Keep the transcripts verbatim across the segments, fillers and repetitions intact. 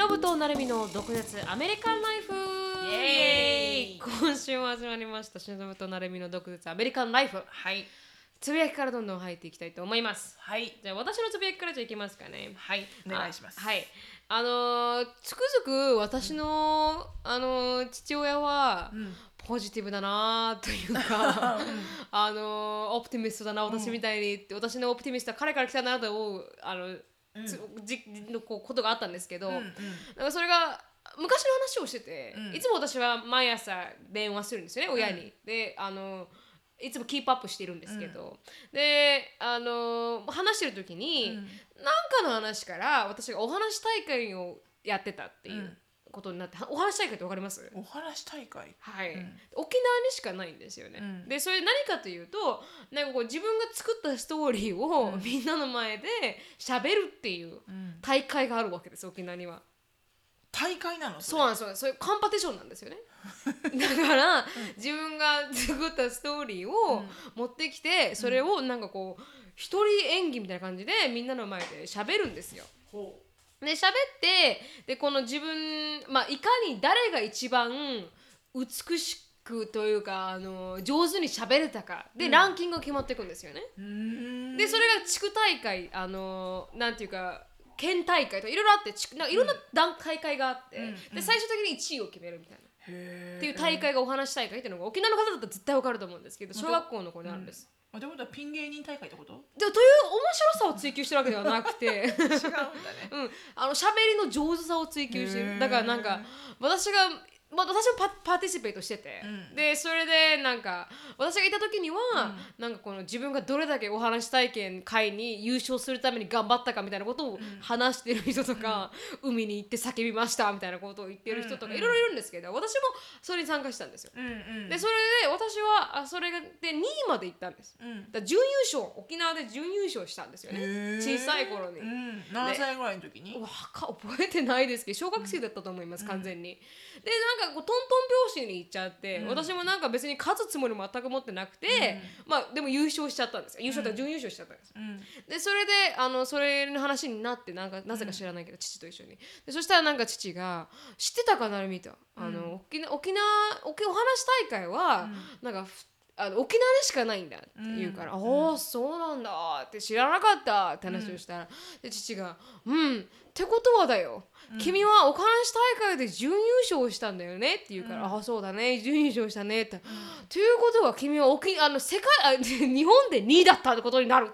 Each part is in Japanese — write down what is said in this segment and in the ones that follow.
忍となるみの毒舌アメリカンライフイエーイ。 今週も始まりましたしのぶとなるみの毒舌アメリカンライフ。 はい。 つぶやきからどんどん入っていきたいと思います。 はい。 じゃあ私のつぶやきからじゃあいきますかね。 はい。お願いします。 はい。あのー、つくづく私の、うん、あのー、父親は、うん、ポジティブだなというか、うん、あのー、オプティミストだな私みたいにって、うん、私のオプティミストは彼から来たなと思うあの、うん、じのこうことがあったんですけど、うんうん、なんかそれが昔の話をしてて、うん、いつも私は毎朝電話するんですよね親に、うん、であのいつもキープアップしてるんですけど、うん、であの話してる時に、うん、なんかの話から私がお話大会をやってたっていうことになって、うん、お話大会って分かります？ お話大会、 はい、うん、沖縄にしかないんですよね、うん、でそれ何かというとなんかこう自分が作ったストーリーを、うん、みんなの前で喋るっていう大会があるわけです、沖縄には。 大会なの？ そうなんですよ。そういうカンパティションなんですよねだから、うん、自分が作ったストーリーを持ってきて、うん、それをなんかこう一人演技みたいな感じでみんなの前で喋るんですよ。ほうで喋ってでこの自分、まあ、いかに誰が一番美しくというかあの上手に喋れたかで、うん、ランキングが決まっていくんですよね。うんでそれが地区大会あのなんていうか県大会とかいろいろあってなんかいろんな段大会があって、うん、で最終的にいちいを決めるみたいな、へっていう大会がお話大会っていうのが沖縄の方だったら絶対わかると思うんですけど小学校の子にあるんです。 あということはピン芸人大会ってこと？ でという面白さを追求してるわけではなくて違うんだね、うん、あの喋りの上手さを追求してる。だからなんか私がまあ、私も パ, パーティシペートしてて、うん、でそれでなんか私がいた時には、うん、なんかこの自分がどれだけお話体験会に優勝するために頑張ったかみたいなことを話してる人とか、うん、海に行って叫びましたみたいなことを言ってる人とかいろいろいるんですけど、私もそれに参加したんですよ、うんうん、でそれで私はあそれでにいまで行ったんです、うん、だ準優勝沖縄で準優勝したんですよね小さい頃に、うん、 何歳ぐらいの時に？ わか覚えてないですけど小学生だったと思います、うん、完全に。でなんかこうトントン拍子に行っちゃって、うん、私もなんか別に勝つつもりも全く持ってなくて、うん、まあでも優勝しちゃったんですよ。優勝とか準優勝しちゃったんです、うん、でそれであのそれの話になってなんかなぜか知らないけど、うん、父と一緒にでそしたらなんか父が知ってたかなるみたいあの、うん、沖縄沖縄沖お話大会は、うん、なんかあの沖縄でしかないんだって言うから、うん、おおそうなんだって知らなかったって話をしたら、うん、で父がうんってことはだよ、うん、君はお話大会で準優勝したんだよねって言うから、うん、あそうだね準優勝したねって、うん、ということは君は沖あの世界あ日本でにいだったってことになる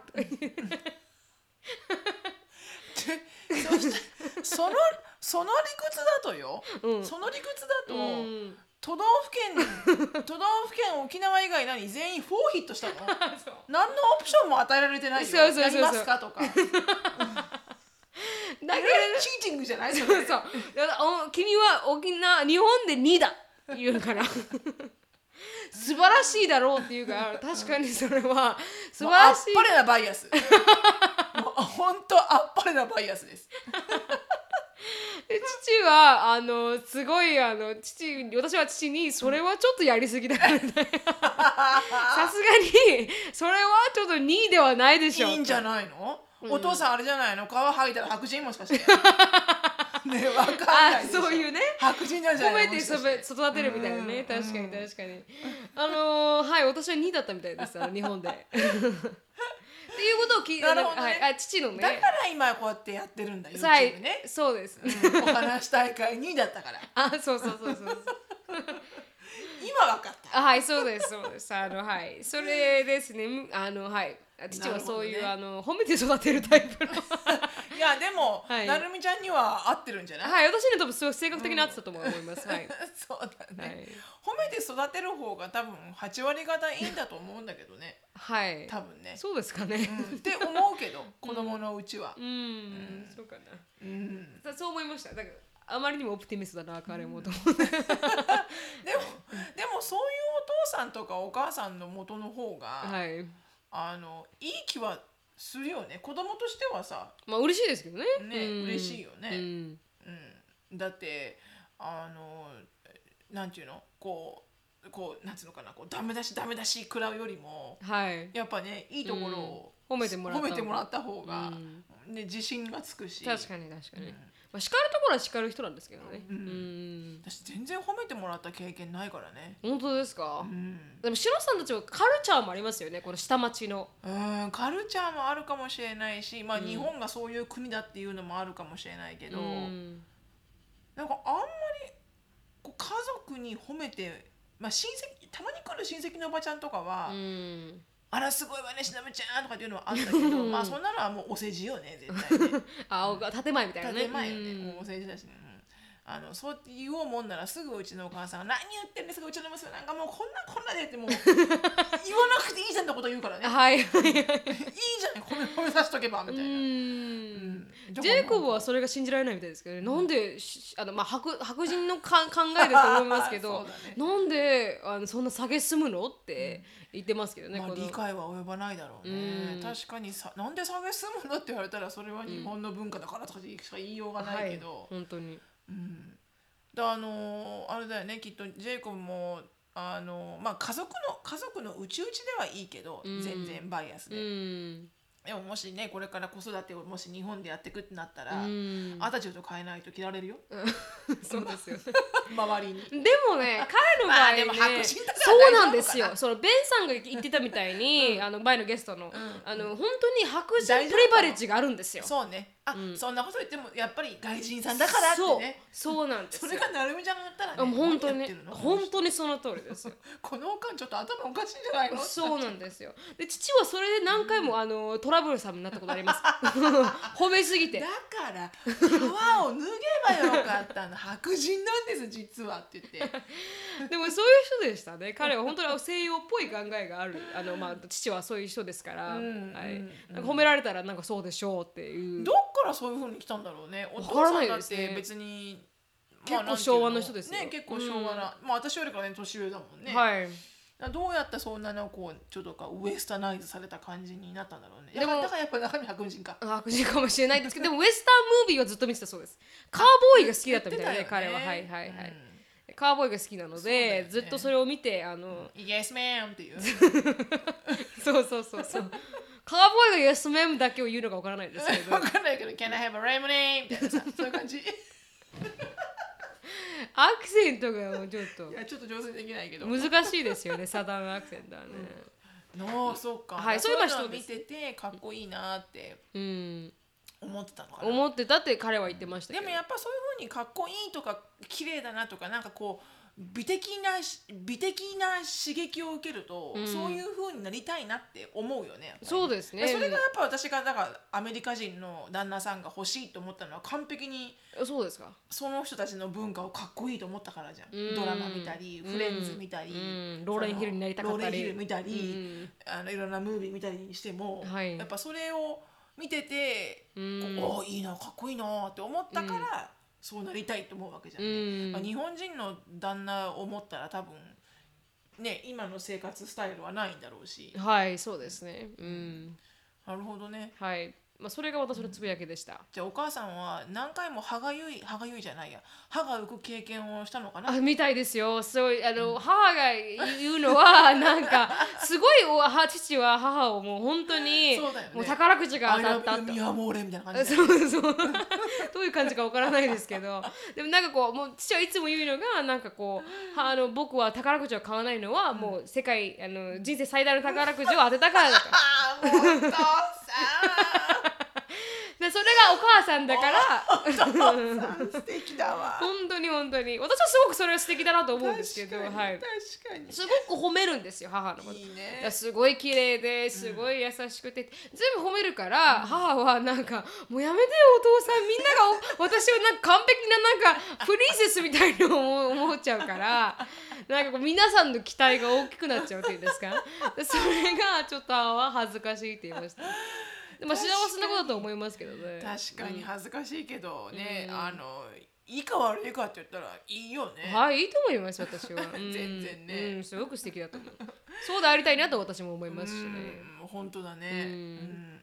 そしてそのその理屈だとよ、うん、その理屈だと、うん都道府県都道府県沖縄以外何全員フォーヒットしたの何のオプションも与えられてないよ。そうそうそうそうやりますかとかだけどチーティングじゃない？そうそう君は沖縄日本でにいだ言うから素晴らしいだろうっていうから確かにそれは素晴らしい。 あっぱれなバイアスもう本当あっぱれなバイアスです父はあのすごいあの父私は父にそれはちょっとやりすぎだよねさすがにそれはちょっとにいではないでしょ。 いいんじゃないの、うん、お父さんあれじゃないの皮剥いたら白人もしかしてねわかんないでしょ。 そういうね白人なんじゃないの褒めて育てるみたいなね。確かに確かにあのー、はい私はにいだったみたいですあの日本でっていうことを聞いて、ねはい、あ父のねだから今こうやってやってるんだ YouTube ね。 そうです、 うん、お話大会にいだったからあそうそうそうそう今分かったあはいそうですそうですあのはいそれですねあのはい父はそういう、ね、あの褒めて育てるタイプのいやでも、はい、なるみちゃんには合ってるんじゃない？ はい私には多分すごい性格的に合ってたと思います、うん、はい、 そうだね、はい、褒めて育てる方が多分はち割方いいんだと思うんだけどねはい多分ねそうですかね、 うん、って思うけど子供のうちはうん、うん、そうかな、うん、そう思いました。だからあまりにもオプティミストだな彼もと思って、うん、でもでもそういうお父さんとかお母さんの元の方が、はい、あのいい気はするよね子供としてはさ。 まあ嬉しいですけどね。 ね、うん、嬉しいよね、 うんうん、だってあのなんていうのこうこうなんつうのかなこうダメ出しダメ出し食らうよりも、はい、やっぱねいいところを褒めてもらった褒めてもらった方が、 うんね、自信がつくし。 確かに確かに、 うんまあ、叱るところは叱る人なんですけどね、 うんうん私全然褒めてもらった経験ないからね。 本当ですか、 うんでもシロさんたちはカルチャーもありますよね、この下町の。 うんカルチャーもあるかもしれないし、まあ、日本がそういう国だっていうのもあるかもしれないけど、 うんなんかあんまりこう家族に褒めて、まあ、親戚たまに来る親戚のおばちゃんとかは「 うんあらすごいわねしなぶちゃん」とかっていうのはあったけどまあそんなのはもうお世辞よね絶対ね。 あ、建前みたいなね。 建前よね、 うんもうお世辞だしね。うんあのそう言おうもんならすぐうちのお母さんが「何言ってんですかうちの娘なんかもうこんなこんなで」ってもう言わなくていいじゃんってこと言うからね。 はいいいじゃん褒め褒めさせとけばみたいな。 うんうんジェイコブはそれが信じられないみたいですけどね、なんでしあの、まあ、白, 白人のか考えでと思いますけど、 そうだねなんであのそんな蔑むのって言ってますけどね、 まあ、 この理解は及ばないだろうね、 うん、 確かにさなんで蔑むのって言われたらそれは日本の文化だからとかしか言いようがないけど、 はい、本当に、 うん、だあのーあれだよねきっとジェイコブもあのーまあ家族の家族のうちうちではいいけど、 うん、 全然バイアスで、 うんでももしねこれから子育てをもし日本でやっていくってなったら、 うん、 アタチュード変えないと嫌われるよそうですよね周りに。 でもね彼の場合ね、 まあでも白人だからそうなんですよ。 大丈夫かなそのベンさんが言ってたみたいに、 うんあの前のゲストの、 んあの本当に白人大丈夫かなプリバレッジがあるんですよ。 そうねあ、 うんそんなこと言ってもやっぱり外人さんだからってねそうそうなんですよ。 それがなるみちゃんが言ったらねあもう本当に何やってるの本当にその通りですよ。 このおかんちょっと頭おかしいんじゃないのそうなんですよ。で父はそれで何回も、あのトラブルさんになったことあります。褒めすぎてだ。から皮を脱げばよかったの白人なんです実はって言ってでもそういう人でしたね。彼は本当に西洋っぽい考えがある。あのまあ父はそういう人ですから、 うんはいうんなんか褒められたらなんかそうでしょうっていう。 どっからそういう風に来たんだろうねお父わからさんだっないですねて別に結構昭和の人ですよね結構昭和な、まあ私よりかね年上だもんね、 はい。 どうやってそんなのこうちょっとかウエスタナイズされた感じになったんだろうね。 でもだからやっぱ中身白人か。 白人かもしれないですけどでもウエスタンムービーはずっと見てたそうです。カーボーイが好きだったみたいで、ね、彼ははいはいはい、うん、カーボーイが好きなので、ね、ずっとそれを見てあの、 イエスメンっていうそうそうそうそうカーボーイがイエスメンだけを言うのかわからないですけどわかんないけど Can I have a lemonade? みたいなさそういう感じアクセントがちょっといやちょっと上手にできないけど難しいですよねサダンアクセントはね、 の、そうか、 はい、 そういうのを見ててかっこいいなってうん思ってたのかな、 思ってたって彼は言ってましたけどでもやっぱそういう風にかっこいいとか綺麗だなとかなんかこう美的な美的な刺激を受けると、うん、そういう風になりたいなって思うよね。 そうですね。 それがやっぱ私がだからアメリカ人の旦那さんが欲しいと思ったのは完璧にそうですか。 その人たちの文化をかっこいいと思ったからじゃん。うん、ドラマ見たり、フレンズ見たり、 うん、ローレンヒルになりたかったり、 ローレンヒル見たり、うん、あのいろんなムービー見たりにしても、はい、やっぱそれを見てて、うん、おいいなかっこいいなって思ったから。うんそうなりたいと思うわけじゃんね、うんまあ、日本人の旦那を思ったら多分ね今の生活スタイルはないんだろうしはいそうですねうんなるほどねはいまあ、それが私のつぶやきでした、うん、 じゃあお母さんは何回も歯がゆい歯がゆいじゃないや歯が浮く経験をしたのかなあみたいですよそうあの、うん、母が言うのはなんかすごい父は母をもう本当にそうだよ、ね、 もう宝くじが当たったとミアモーレみたいな感じそうそうどういう感じかわからないですけどでもなんかこうもう父はいつも言うのがなんかこうあの僕は宝くじを買わないのは、うん、もう世界あの人生最大の宝くじを当てたからだからもうお父さんでそれがお母さんだからお父さん素敵だわ本当に本当に私はすごくそれは素敵だなと思うんですけど確かに、 はい、 確かにすごく褒めるんですよ母のこといいねすごい綺麗ですごい優しくて、うん、全部褒めるから、うん、母はなんかもうやめてよお父さんみんなが私をなんか完璧ななんかプリンセスみたいに思っちゃうからなんかこう皆さんの期待が大きくなっちゃうっていうんですかそれがちょっと母は恥ずかしいって言いましたでも幸せなことだと思いますけどね確かに恥ずかしいけどね、うん、あのいいか悪いかって言ったらいいよねはいいいと思います私は全然ね、 うん、すごく素敵だと思うそうでありたいなと私も思いますしね、 うん、本当だね、うんうん、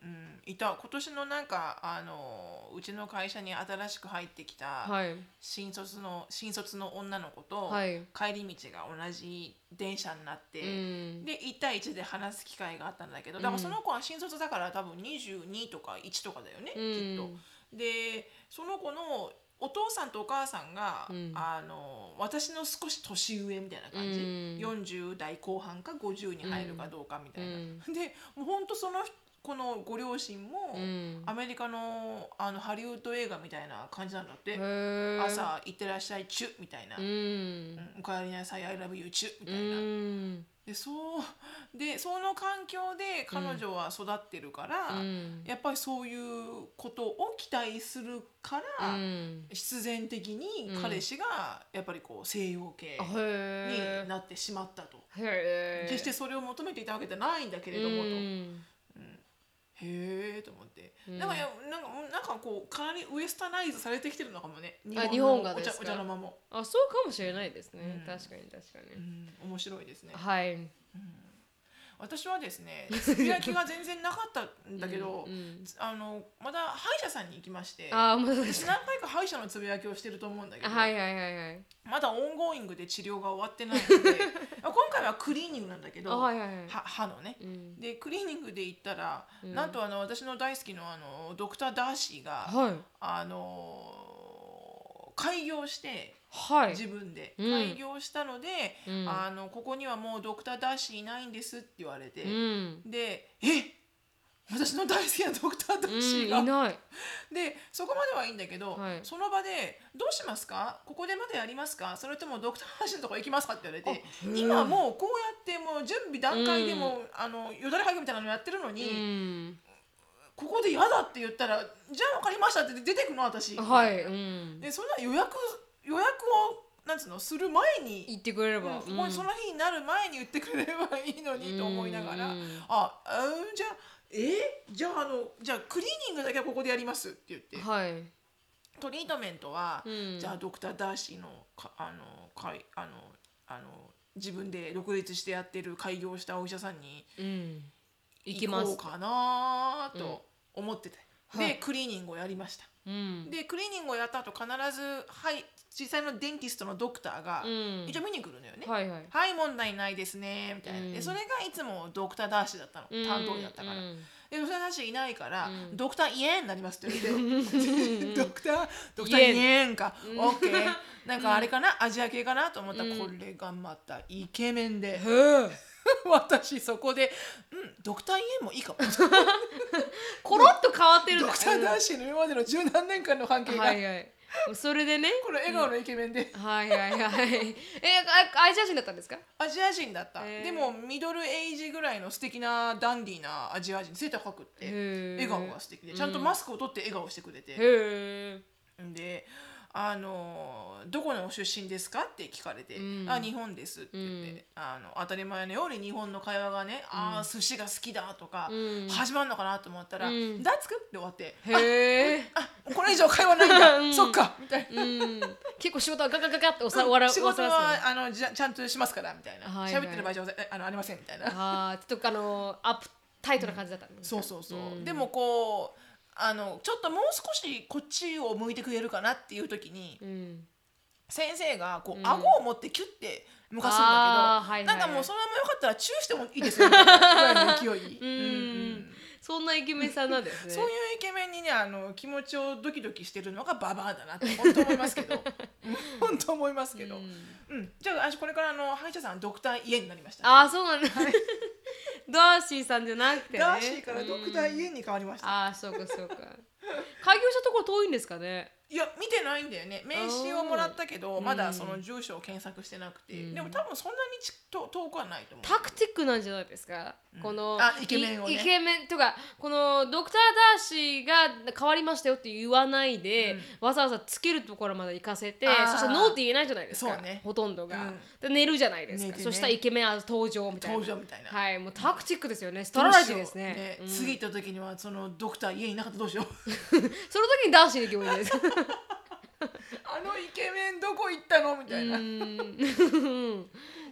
いた。今年のなんかあのうちの会社に新しく入ってきたはい新卒の新卒の女の子とはい帰り道が同じ電車になって、 うんでいち対いちで話す機会があったんだけど、だからその子は新卒だから多分にじゅうにとかいちとかだよね、 うんきっと。でその子のお父さんとお母さんが、 うんあの私の少し年上みたいな感じ、 うん、 よんじゅう代後半かごじゅうに入るかどうかみたいな、 うん、 でもうほんとそのこのご両親も、 うん、 アメリカの、あのハリウッド映画みたいな感じなんだって。 へー朝行ってらっしゃいチュみたいな、 うんうんおかえりなさい I love you チュみたいな、 うんでそうでその環境で彼女は育ってるから、 うんやっぱりそういうことを期待するかうら、 ん必然的に彼氏がやっぱりこう西洋系へになってしまったと。 ーへー決してそれを求めていたわけじゃないんだけれどもと。 うんへえと思って、 うんなんかやなんかなんかこうかなりウエスタナイズされてきてるのかもね。 あ日の本がですかお茶お茶の間も、 あそうかもしれないですね、 うん確かに確かうに、 ん、面白いですね。 はい私はですね、つぶやきが全然なかったんだけど、 うんうんあのまだ歯医者さんに行きまして、 あーまだで私す何回か歯医者のつぶやきをしてると思うんだけど、 はいはいはいはいまだオンゴーイングで治療が終わってないので今回はクリーニングなんだけど、 あはいはいはいは歯のね、 うんでクリーニングで行ったら、 うんなんとあの私の大好きのあのドクター・ダーシーが、 はいあの開業してはい自分でうん開業したので、 うんあのここにはもうドクター・ダーシーいないんですって言われて、 うんでえ私の大好きなドクター・ダーシーが、 うんいないでそこまではいいんだけど、 はいその場で「どうしますかここでまだやりますかそれともドクター・ダーシーのとこ行きますか?」って言われて、 あへー今もうこうやってもう準備段階でも、あのよだれはぎみたいなのやってるのうに、 んここで嫌だって言ったら「じゃあ分かりました」って出てくの私。 はいうんでそんな予約予約をなんつうのする前に言ってくれれば、 うんここにその日になる前に言ってくれればいいのにと思いながら、 うんああうんじゃあえじゃああのじゃあクリーニングだけはここでやりますって言って、 はいトリートメントは、 うんじゃあドクター・ダーシーのかあのかいあのあの自分で独立してやってる開業したお医者さんにうん行き行ますこうかなと思ってて、で、 はいクリーニングをやりました。 うんでクリーニングをやった後必ず、はい、実際のデンティストのドクターがうん一応見に来るのよね。 はいはいはい、問題ないですねみたいな、 うんでそれがいつもドクター・ダーシーだったの、担当医だったから、 うんでドクター・ダーシーいないから、 うんドクター・イエンになりますって言ってドクタードクター・イエンイエンか、オッケーなんかあれかな、アジア系かなと思ったら、 うんこれがまたイケメンで、 へえ私そこで、うん、ドクター・イエンもいいかもコロッと変わってるんだドクター・ダーシーの今までの十何年間の関係が、 はいはいそれでねこの笑顔のイケメンで、 はいはいはいえあアジア人だったんですかアジア人だった、 へーでもミドルエイジぐらいの素敵なダンディーなアジア人、背高くってへー笑顔が素敵で、ちゃんとマスクを取って笑顔してくれて、 へえであのどこの出身ですかって聞かれて、 うんあ日本ですって言って、 うんあの当たり前のように日本の会話がね、あ寿司が好きだとか、 うん始まるのかなと思ったら「 うんダーツク?」って終わって「 へえあこれ以上会話ないんだ、 うんそっか」みたいな。 うん結構仕事はガガガガっておさ終わら仕事終わらせはあのじゃちゃんとしますからみたいな、 はいはい喋ってる場合じゃえあのありませんみたいな、 ああちょっとあのアップタイトな感じだったんですかそうそうそう、 んでもこうあのちょっともう少しこっちを向いてくれるかなっていう時に、 うん先生がこう、 うん顎を持ってキュッて向かすんだけど、 あーはいはいはいなんかもうそのままよかったらチューしてもいいですよみたいなぐらいの勢い、 うんうんそんなイケメンさんなんですねそういうイケメンにねあの気持ちをドキドキしてるのがババアだなって本当思いますけど本当思いますけど、 ううんんじゃあ私これからあの歯医者さんドクターイエンになりました。 ああそうなんだダーシーさんじゃなくてねダーシーからドクターイエンンに変わりました。 ああそうかそうか開業したところ遠いんですかねいや見てないんだよね。名刺をもらったけどうんまだその住所を検索してなくて、 うんでも多分そんなにちと遠くはないと思う。 タクティックなんじゃないですか、 うんこのあイケメンをねイイケメンとかこのドクター・ダーシーが変わりましたよって言わないで、 うんわざわざつけるところまで行かせてあーそしたらノーって言えないじゃないですか、 そうねほとんどが、 うんで寝るじゃないですか、 寝てねそしたらイケメンあ登場みたいな登場みたいな。 はいもうタクティックですよねストラテジーですねどうしよううん次行った時にはそのドクター家にいなかったらどうしようその時にダーシーに行けばいいですあのイケメンどこ行ったのみたいな、 うんその時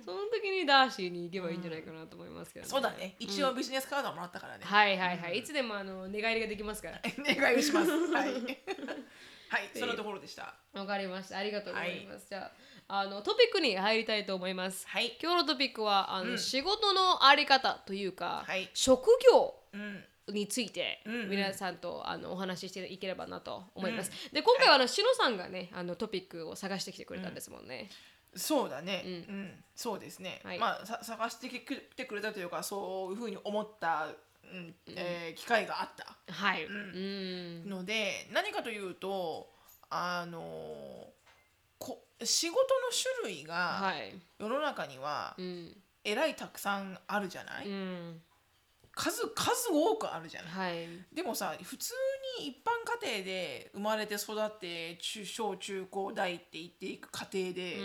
的にダーシーに行けばいいんじゃないかなと思いますけど、ね、 そうだね、一応ビジネスカードはもらったからね、 うん、はいはいはい、いつでもあの寝返りができますから寝返りしますはいはい、そのところでした。 わかりました、ありがとうございます、はい、じゃあ、あのトピックに入りたいと思います、はい、今日のトピックはあの、うん、仕事のあり方というか、はい、職業、うんについて皆さんとあのお話ししていければなと思います、うん、で今回はあの、はい、しのさんがねあのトピックを探してきてくれたんですもんね、 うん、そうだね、うんうん、そうですね、はい、まあ探してきてくれたというかそういうふうに思った、うんえー、機会があった、 はい、 うん、ので何かというとあのこ仕事の種類が世の中にはえらいたくさんあるじゃない、うん数, 数多くあるじゃない、はい、でもさ普通に一般家庭で生まれて育って中小中高大って言っていく過程で、うん、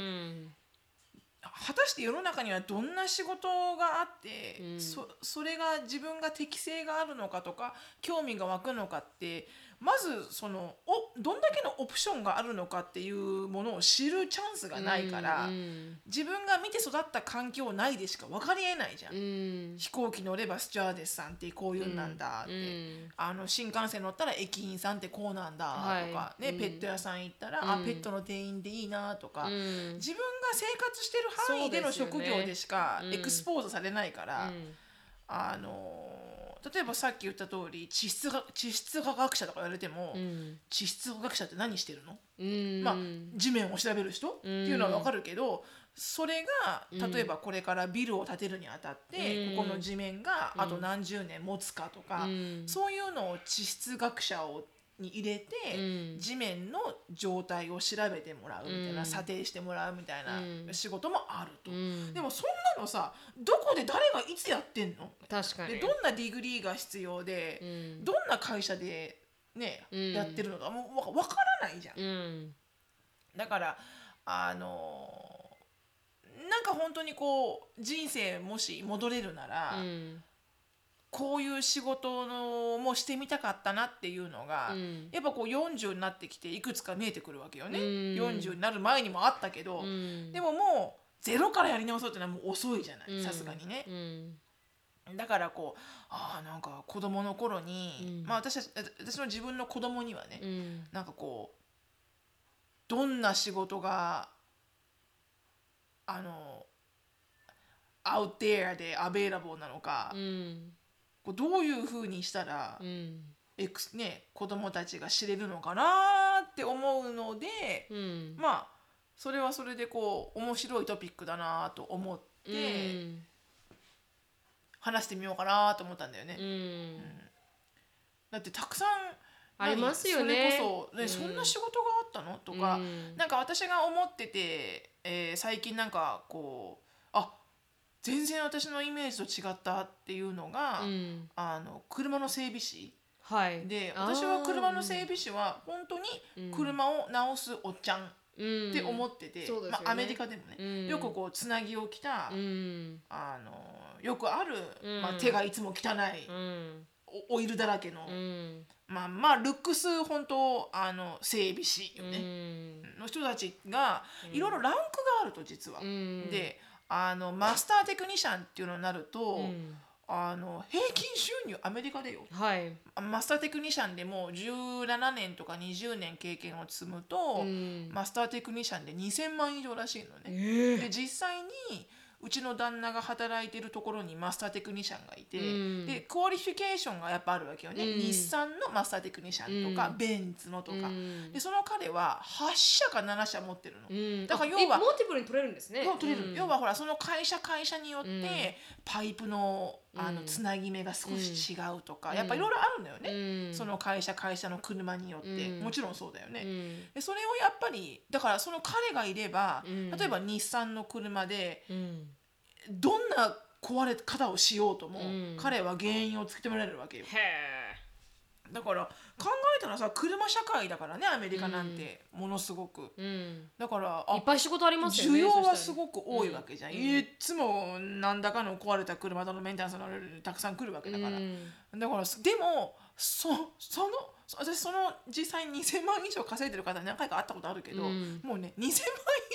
果たして世の中にはどんな仕事があって、うん、そ, それが自分が適性があるのかとか興味が湧くのかってまずそのおどんだけのオプションがあるのかっていうものを知るチャンスがないから、うんうん、自分が見て育った環境内でしか分かりえないじゃん、うん、飛行機乗ればスチュワーデスさんってこういうんなんだって、うん、あの新幹線乗ったら駅員さんってこうなんだとか、はい、ね、うん、ペット屋さん行ったら、うん、あペットの店員でいいなとか、うん、自分が生活してる範囲での職業でしかエクスポーズされないから、うん、あの例えばさっき言った通り地質が地質科学者とか言われても、うん、地質科学者って何してるの、うん、まあ地面を調べる人、うん、っていうのは分かるけどそれが例えばこれからビルを建てるにあたって、うん、ここの地面があと何十年持つかとか、うん、そういうのを地質学者をに入れて、うん、地面の状態を調べてもらうみたいな、うん、査定してもらうみたいな仕事もあると、うん、でもそんなのさどこで誰がいつやってんの？ 確かに。 でどんなディグリーが必要で、うん、どんな会社でね、うん、やってるのかもう分からないじゃん、うん、だからあのー、なんか本当にこう人生もし戻れるなら、うん、こういう仕事のもしてみたかったなっていうのが、うん、やっぱこうよんじゅうになってきていくつか見えてくるわけよね、うん、よんじゅうになる前にもあったけど、うん、でももうゼロからやり直そうってのはもう遅いじゃないさすがにね、うん、だからこうあなんか子供の頃に、うん、まあ私たち私の自分の子供にはね、うん、なんかこうどんな仕事があの out there で available なのか、うんどういう風にしたら、うんXね、子供たちが知れるのかなって思うので、うん、まあそれはそれでこう面白いトピックだなと思って、うん、話してみようかなと思ったんだよね、うんうん、だってたくさんありますよね。 それこそ、ねうん、そんな仕事があったのとか、うん、なんか私が思ってて、えー、最近なんかこうあ全然私のイメージと違ったっていうのが、うん、あの車の整備士、はい、で私は車の整備士は本当に車を直すおっちゃんって思ってて、うんねまあ、アメリカでもね、うん、よくこうつなぎを着た、うん、あのよくある、うんまあ、手がいつも汚い、うん、オイルだらけの、うん、まあまあルックス本当あの整備士よね、うん、の人たちがいろいろランクがあると実は、うん、であのマスターテクニシャンっていうのになると、うん、あの平均収入アメリカでよ、はい、マスターテクニシャンでもじゅうななねんとかにじゅうねん経験を積むと、うん、マスターテクニシャンでにせんまん以上らしいのね、えー、で実際にうちの旦那が働いてるところにマスターテクニシャンがいて、うん、でクオリフィケーションがやっぱあるわけよね、うん、日産のマスターテクニシャンとか、うん、ベンツのとか、うん、でその彼ははちしゃかななしゃ持ってるの、うん、 だから要はモーティブルに取れるんですね、 取れる、うん、要はほらその会社会社によって、うん、パイプのあのつなぎ目が少し違うとか、うん、やっぱいろいろあるんだよね、うん、その会社会社の車によって、うん、もちろんそうだよね、うん、でそれをやっぱりだからその彼がいれば、うん、例えば日産の車で、うんどんな壊れ方をしようとも、うん、彼は原因をつけてもらえるわけよ。へだから考えたらさ車社会だからねアメリカなんて、うん、ものすごく、うん、だからいっぱい仕事ありますよね。 需要はすごく多いわけじゃん、うん、いつも何らかの壊れた車とのメンテナンスのたくさん来るわけだから、うん、だからでもそその私その実際ににせんまん以上稼いでる方に何回か会ったことあるけど、うん、もうねにせんまん以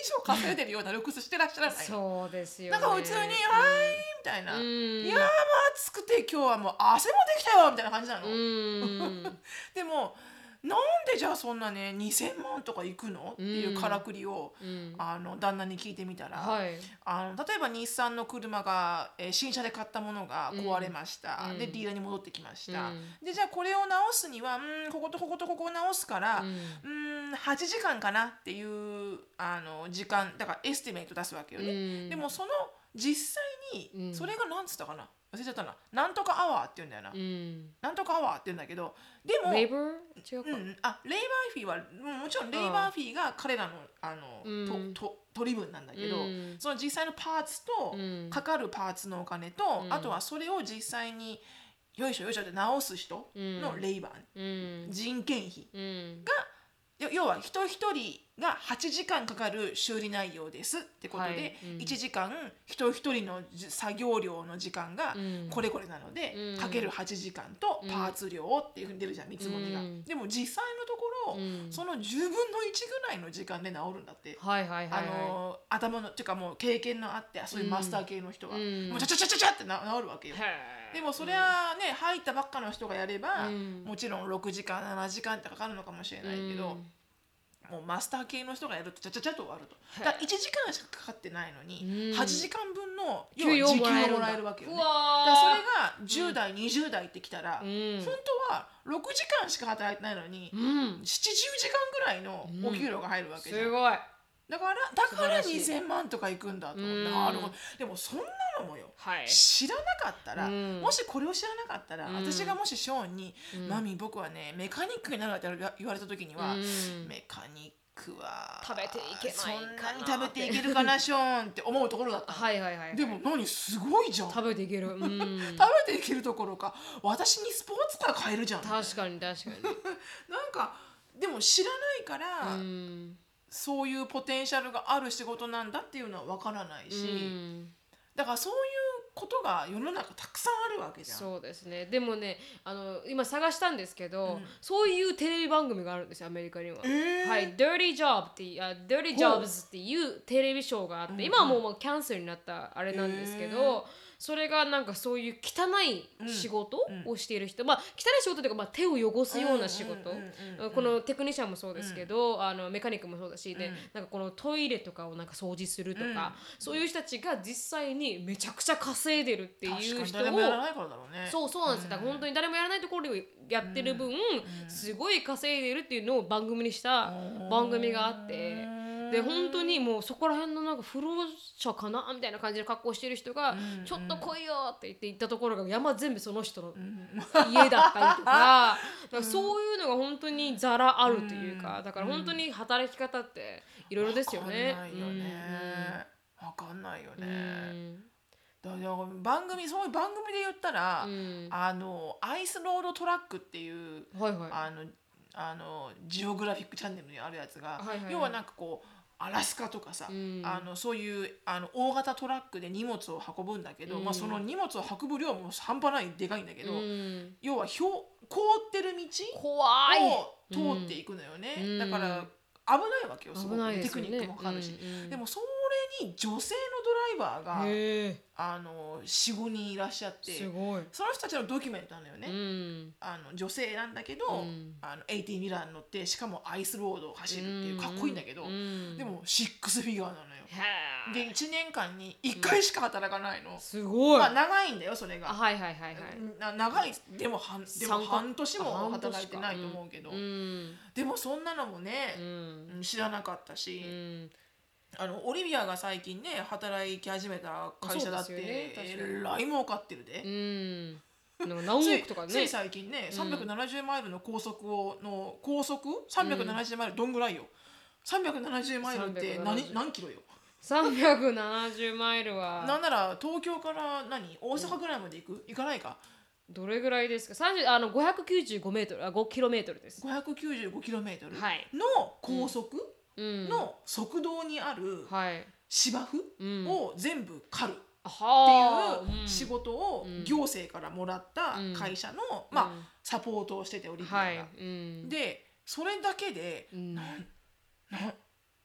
上稼いでるようなルックスしてらっしゃらないの。 そうですよね。 なんか普通に「はい」みたいな「 うんいやーまあ暑くて今日はもう汗もできたよ」みたいな感じなの。 うんでもなんでじゃあそんなねにせんまんとかいくのっていうからくりを、 うん、 あの旦那に聞いてみたら、 はい、 あの例えば日産の車が、えー新車で買ったものが壊れました、 うん、 でディーラーに戻ってきました、 うん、 でじゃあこれを直すにはうんこことこことここを直すからうんうんはちじかんかなっていうあの時間だからエスティメイト出すわけよね、 うん、 でもその実際に、 うん、 それが何つったかな忘れちゃったな、なんとかアワーって言うんだよな、 うん、 なんとかアワーって言うんだけど、でもレーバー違うか、 うん、あレイバーフィーはうんもちろんレイバーフィーが彼らのあの、 うんとと取り分なんだけど、 うんその実際のパーツと、 うんかかるパーツのお金と、 うんあとはそれを実際によいしょよいしょって直す人のレイバー、 うん人件費うんがよ要は人一人がはちじかんかかる修理内容ですってことで、 はいうんいちじかん人一人のじ作業量の時間がうんこれこれなので、 うんかけるはちじかんとパーツ量っていうふうに出るじゃん見積もりが、 うんでも実際のところ、 うんそのじゅうぶんのいちぐらいの時間で治るんだって、 はいはいはいはい、 あの頭のっていうかもう経験のあってそういうマスター系の人は、 うんもうちゃちゃちゃちゃちゃってな治るわけよ。 へーでもそれはね、入ったばっかの人がやれば、 うんもちろんろくじかんななじかんってかかるのかもしれないけど、もうマスター系の人がやるとちゃちゃちゃと終わると。だからいちじかんしかかかってないのに、 うんはちじかんぶんの給料時給をもらえるんだもらえるわけよね。 うわーだからそれがじゅう代、にじゅう代ってきたら、 うん本当はろくじかんしか働いてないのに、 うんななじゅうじかんぐらいのお給料が入るわけじゃん。 すごいだからだから素晴らしいにせんまんとかいくんだと思う。 うんなるほど。でもそんなのもよ、 はい知らなかったら、 うんもしこれを知らなかったら、 うん私がもしショーンにうん 「マミ僕はねメカニックになる」って言われた時には、 うんメカニックは食べていけないかなそんなに食べていけるかなショーンって思うところだったの。 はいはいはいはいでも何すごいじゃん。 食べていける、うん、 食べていけるどころか私にスポーツカー買えるじゃん。 確かに確かになんかでも知らないから、 うんそういうポテンシャルがある仕事なんだっていうのはわからないし、 うんだからそういうことが世の中たくさんあるわけじゃん。 そうですね。でもね、あの今探したんですけど、 うんそういうテレビ番組があるんですよ、アメリカには。 えーはい、Dirty Job っていう、あ Dirty ほう Jobs っていうテレビショーがあって、 うん今はもうもうキャンセルになったあれなんですけど、それがなんかそういう汚い仕事をしている人、まあ汚い仕事というか、まあ、手を汚すような仕事、 うんうんうんうんこのテクニシャンもそうですけど、あのメカニックもそうだし、でうんなんかこのトイレとかをなんか掃除するとか、そういう人たちが実際にめちゃくちゃ稼いでるっていう人を確かに誰もやらないからだろうね。 そうそうなんですよ。だから本当に誰もやらないところでやってる分、すごい稼いでるっていうのを番組にした番組があって、で本当にもうそこら辺のなんか不老者かなみたいな感じで格好してる人が「ちょっと来いよ」って言って行ったところが山全部その人の家だったりとか、だからそういうのが本当にザラあるというか、だから本当に働き方っていろいろですよね。 わかんないよね。わかんないようね。 んだから番組そういう番組で言ったら、 うんあのアイスロードトラックっていうはいはいあのあのジオグラフィックチャンネルにあるやつが、 はいはいはい要はなんかこうアラスカとかさ、 うんあのそういうあの大型トラックで荷物を運ぶんだけど、 うんまあ、その荷物を運ぶ量も半端ないでかいんだけど、 うん要は氷凍ってる道怖いを通っていくのよね、 うんだから危ないわけよすごく、 危ないですよねテクニックもかかるし、 うんうんでもそれに女性のドライバーがへえあの よん,ご 人いらっしゃってすごい。 その人たちのドキュメントなのよね、 うんあの女性なんだけど、 うんあのエイティーミラーに乗ってしかもアイスロードを走るっていうかっこいいんだけど、 うんでもシックスフィギュアなのよ。 へでいちねんかんにいっかいしか働かないの、 すごい。 まあ長いんだよそれが、 あはいはいはいはい。 な長いでも半でも三か半年も働いてないと思うけど、 うんでもそんなのもねう、んうん知らなかったし、 うんあのオリビアが最近ね働き始めた会社だって、 そうですよね確かにえらい儲かってるで、 うんなんか何つい億とかね。 つい最近ね、さんびゃくななじゅうマイルの高速をの高速さんびゃくななじゅうマイルどんぐらいよ。さんびゃくななじゅうマイルってさんびゃくななじゅう何何キロよ。 三百七十マイルはなんなら東京から何大阪ぐらいまで行く、行かないか。 どれぐらいですか。三十あの五百九十五メートルあ五キロメートルです。 ごひゃくきゅうじゅうごキロメートルはいの高速うんの側道にあるはい芝生を全部刈る。 はあっていう仕事を行政からもらった会社の、まあ、サポートをしててオリビアが、 はいうんでそれだけで、 うんなな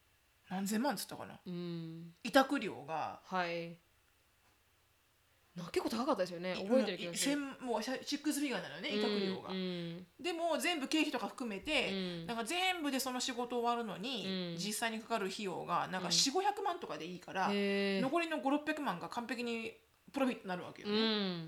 何千万っつったかな、 うん、 委託料がはいな結構高かったですよね覚えてる気がするもうシックスフィギュアなのよね委託料が、 うん、 でも全部経費とか含めて、うん、なんか全部でその仕事終わるのに、うん、実際にかかる費用がなんかよんひゃくごひゃくまんとかでいいから、うん、残りのごひゃくろっぴゃくまんが完璧にプロフィットになるわけよね、うん、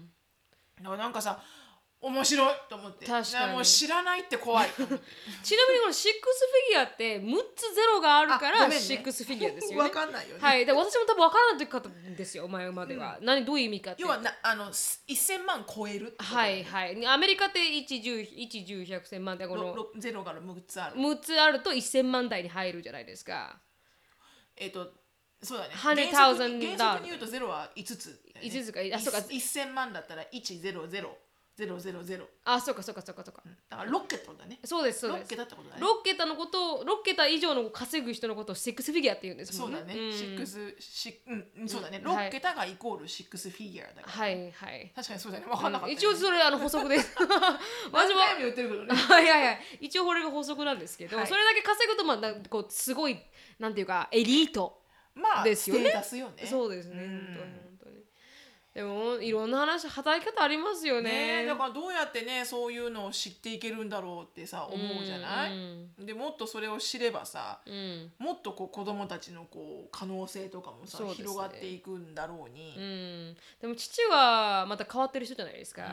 だからなんかさ面白いと思って確かにもう知らないって怖いと思ってちなみにこのシックスフィギュアってむっつゼロがあるからシックスフィギュアですよね分かんないよねはいで私も多分分からないかったんですよ前までは、うん、何どういう意味かって要はなあのせんまん超えるってこと、ね、 はいはいアメリカっていち、じゅう、いち、じゅう、ひゃく、せんまんってこのゼロがむっつあるむっつあるとせんまん台に入るじゃないですかえっ、ー、とそうだね原則原則に言うとゼロはいつつ、ね、 いつつかあそうかせんまんだったらいちゼロゼロゼロゼロゼロあそうかそうかそうかそうか、 うん、だからろっけただねそうですそうですろっけたってことだねろっけたのことをろっけた以上の稼ぐ人のことをシックスフィギュアって言うんですもんねそうだね、うん、シックスシうんそうだね、うん、ろっけたがイコールシックスフィギュアだから、ね、 はいはい確かにそうだね分かんなかった、ねうん、一応それあの補足です何回も言ってるけどねはいはいはい一応これが補足なんですけど、はい、それだけ稼ぐとまあこうすごいなんていうかエリートですよね、 まあ、ステータスよねそうですね、うん、本当に本当にでもいろんな話働き方ありますよね。 ねだからどうやってねそういうのを知っていけるんだろうってさ思うじゃない、うんうん、でもっとそれを知ればさ、うん、もっとこう子供たちのこう可能性とかもさ、ね、広がっていくんだろうに、 うん、でも父はまた変わってる人じゃないですか、うん、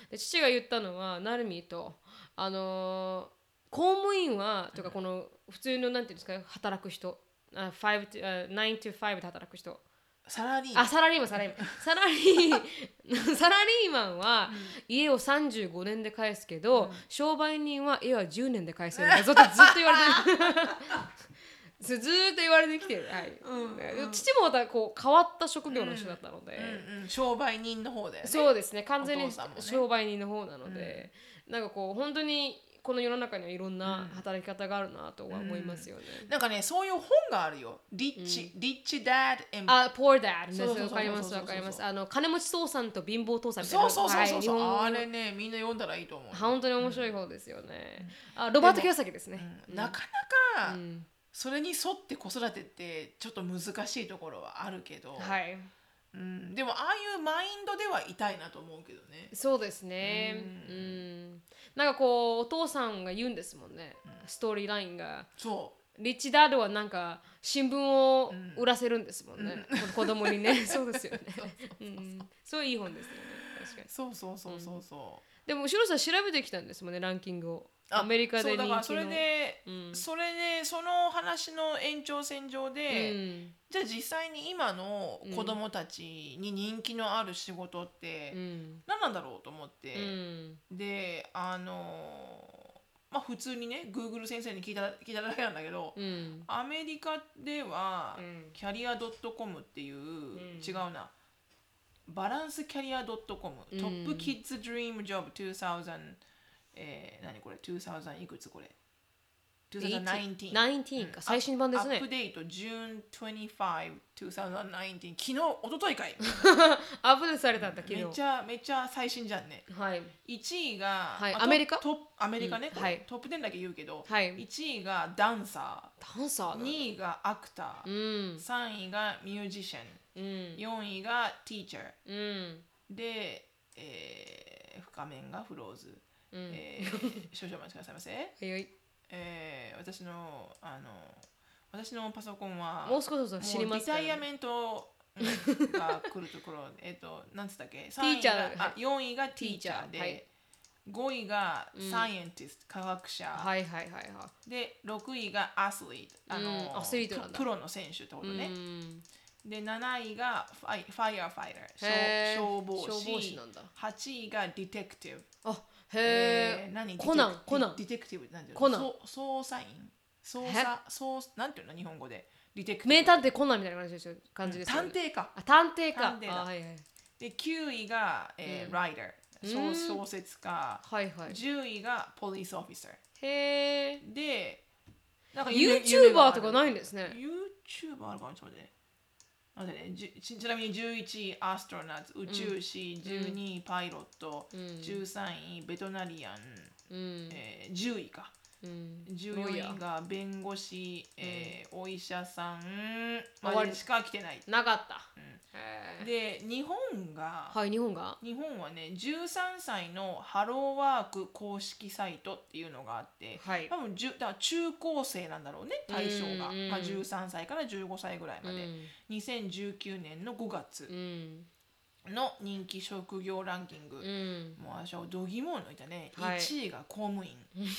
で父が言ったのはナルミとあのー、公務員は、うん、とかこの普通のなんていうんですか働く人あナイン to ファイブで働く人サラリーマンあサラリーマンサラリーマンサラリーサラリーマンは家をさんじゅうごねんで返すけど、うん、商売人は家はじゅうねんで返せるんだぞってずっと言われてるずっと言われてきてる、はいうんうん、父もまたこう変わった職業の人だったので、 うんうんうん、商売人の方だよねそうですね完全に商売人の方なので、ね、なんかこう本当にこの世の中にはいろんな働き方があるなとは思いますよね、 うん、なんかねそういう本があるよリッチ、うん、リッチダッドあ、ポーダッドわかりますわかりますあの金持ち父さんと貧乏父さんみたいなそうそうそうそう、はい、あれねみんな読んだらいいと思う本当に面白い方ですよね、うん、あロバート清崎ですね、 うん、なかなか、うんそれに沿って子育てってちょっと難しいところはあるけど、 はいうん、でもああいうマインドではいたいなと思うけどねそうですね、うん、うん、なんかこうお父さんが言うんですもんね、うん、ストーリーラインがそうリッチダードはなんか新聞を売らせるんですもんね、うん、子供にねそうですよねうん、そういい本ですよね確かにそうそうそうそうそう、うん、 でも後ろさん調べてきたんですもんねランキングをアメリカで人気のそうだからそれで、うん、それでその話の延長線上で、うん、じゃあ実際に今の子供たちに人気のある仕事って何なんだろうと思って、うん、であのまあ普通にね Google 先生に聞いた聞いただけなんだけど、うん、アメリカでは、うん、キャリア .com っていう、うん、違うなバランスキャリア .com、うん、トップキッズドリームジョブにせんえー、何これにせんいくつこれにせんじゅうきゅうじゅうきゅうか、最新版ですね。 アップデート ジューンにじゅうご、にせんじゅうきゅう昨日、一昨日かいアップデートされたんだ、昨日。 めっちゃめっちゃ最新じゃんね。 はい、 いちいが、 はい、アメリカトップアメリカね、うんはい、トップじゅうだけ言うけど、はい、いちいがダンサー、ダンサーにいがアクター、うん、さんいがミュージシャン、うん、よんいがティーチャー、うん、で、えー、深面がフローズ。うんえー、少々お待ちくださいませ。はいはいえー、私のあの私のパソコンはもう少し知りますか、ね、リタイアメントが来るところえっと何つったっけさんいがあよんいがティーチャーで、はい、ごいがサイエンティスト、うん、科学者、 はいはいはいはい、 でろくいがアスリートあの、うん、アスリートなんだプロの選手ってことね、うん、でなないがファイ、ファイアファイター消防士、消防士なんだはちいがディテクティブあへえ、 何コナンコナンディテクティブなんていうのコナン捜査員捜査捜なんていうの日本語でディテクティブ名探偵コナンみたいな感じですよ感じですよ、 ね、探偵かあ探偵か探偵だあ、はいはい、 できゅういが、えーうん、ライダー小説家、 はいはい、 じゅういがポリスオフィサーへえでなんか YouTuber とかないんですね YouTuber あるかなちょっとねね、ち, ちなみにじゅういちいアストロナッツ宇宙士、うん、じゅうにいパイロット、うん、じゅうさんいベトナリアン、うんえー、じゅういかうん、 従業員が弁護士、えー、お医者さん終わりまでしか来てない。 なかった。 うん、で日本が、 はい、日本が日本はねじゅうさんさいのハローワーク公式サイトっていうのがあって、 はい、 多分じゅだから中高生なんだろうね対象が、 うんうん、 まあ、じゅうさんさいからじゅうごさいぐらいまで、 うん、 にせんじゅうきゅうねんのごがつの人気職業ランキング、うん、もう私は度肝を抜いたね、はい、いちいが公務員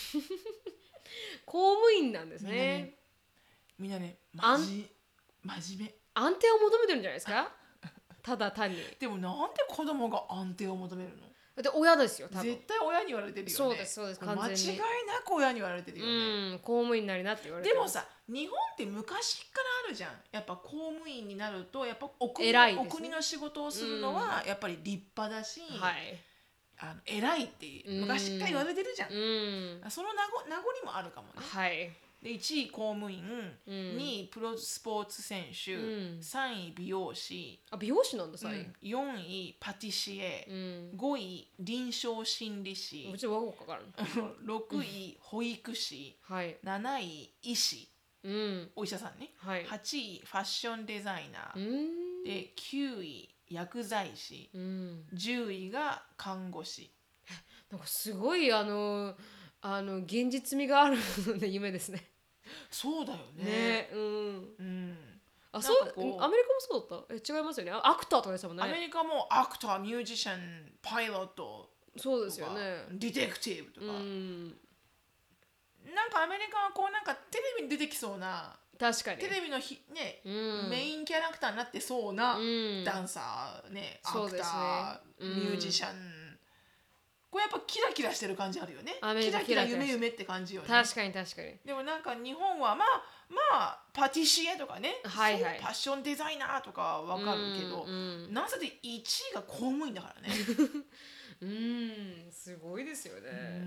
公務員なんですね。 みんなね、みんなね、真真面目、 安定を求めてるんじゃないですかただ単に。 でもなんで子供が安定を求めるの？ で親ですよ、多分。 絶対親に言われてるよね。 そうですそうです、完全に間違いなく親に言われてるよね。 うん、公務員になりなって言われてる。 でもさ、日本って昔からあるじゃん。やっぱ公務員になるとやっぱお国、 偉いですね、 お国の仕事をするのはやっぱり立派だし、 はい、 あの偉いって昔から言われてるじゃん。 うん、 その名残、名残もあるかもね。 はい。 でいちい公務員、うん、にいプロスポーツ選手、うん、さんい美容師、 あ、美容師なんだ、さんい、うん、 よんいパティシエ、うん、ごい臨床心理士、 うちはかかるろくい保育士、 はい、 なない医師、うん、お医者さんね、はい、はちいファッションデザイナー、うん、できゅうい薬剤師、うん、じゅういが看護師。 なんかすごいあのあの現実味がある夢ですね。 そうだよね。 ね、うん、うん。あ、そう、アメリカもそうだった。え、違いますよね。アクターとかでしたもんね。 アメリカもアクター、ミュージシャン、パイロット、 そうですよね。 ディテクティブとか。うん、なんかアメリカはこうなんかテレビに出てきそうな。 確かに。 テレビのひね、うん、メインキャラクターになってそうな、うん、ダンサーね、アクター、ね、うん、ミュージシャン。これやっぱキラキラしてる感じあるよね。キラキラ夢夢って感じよね。 確かに確かに。 でもなんか日本はまあまあパティシエとかね、はいはい、ファッションデザイナーとかはわかるけど、うんうん、なぜでいちいが公務員だからね。 うん、すごいですよね。うん、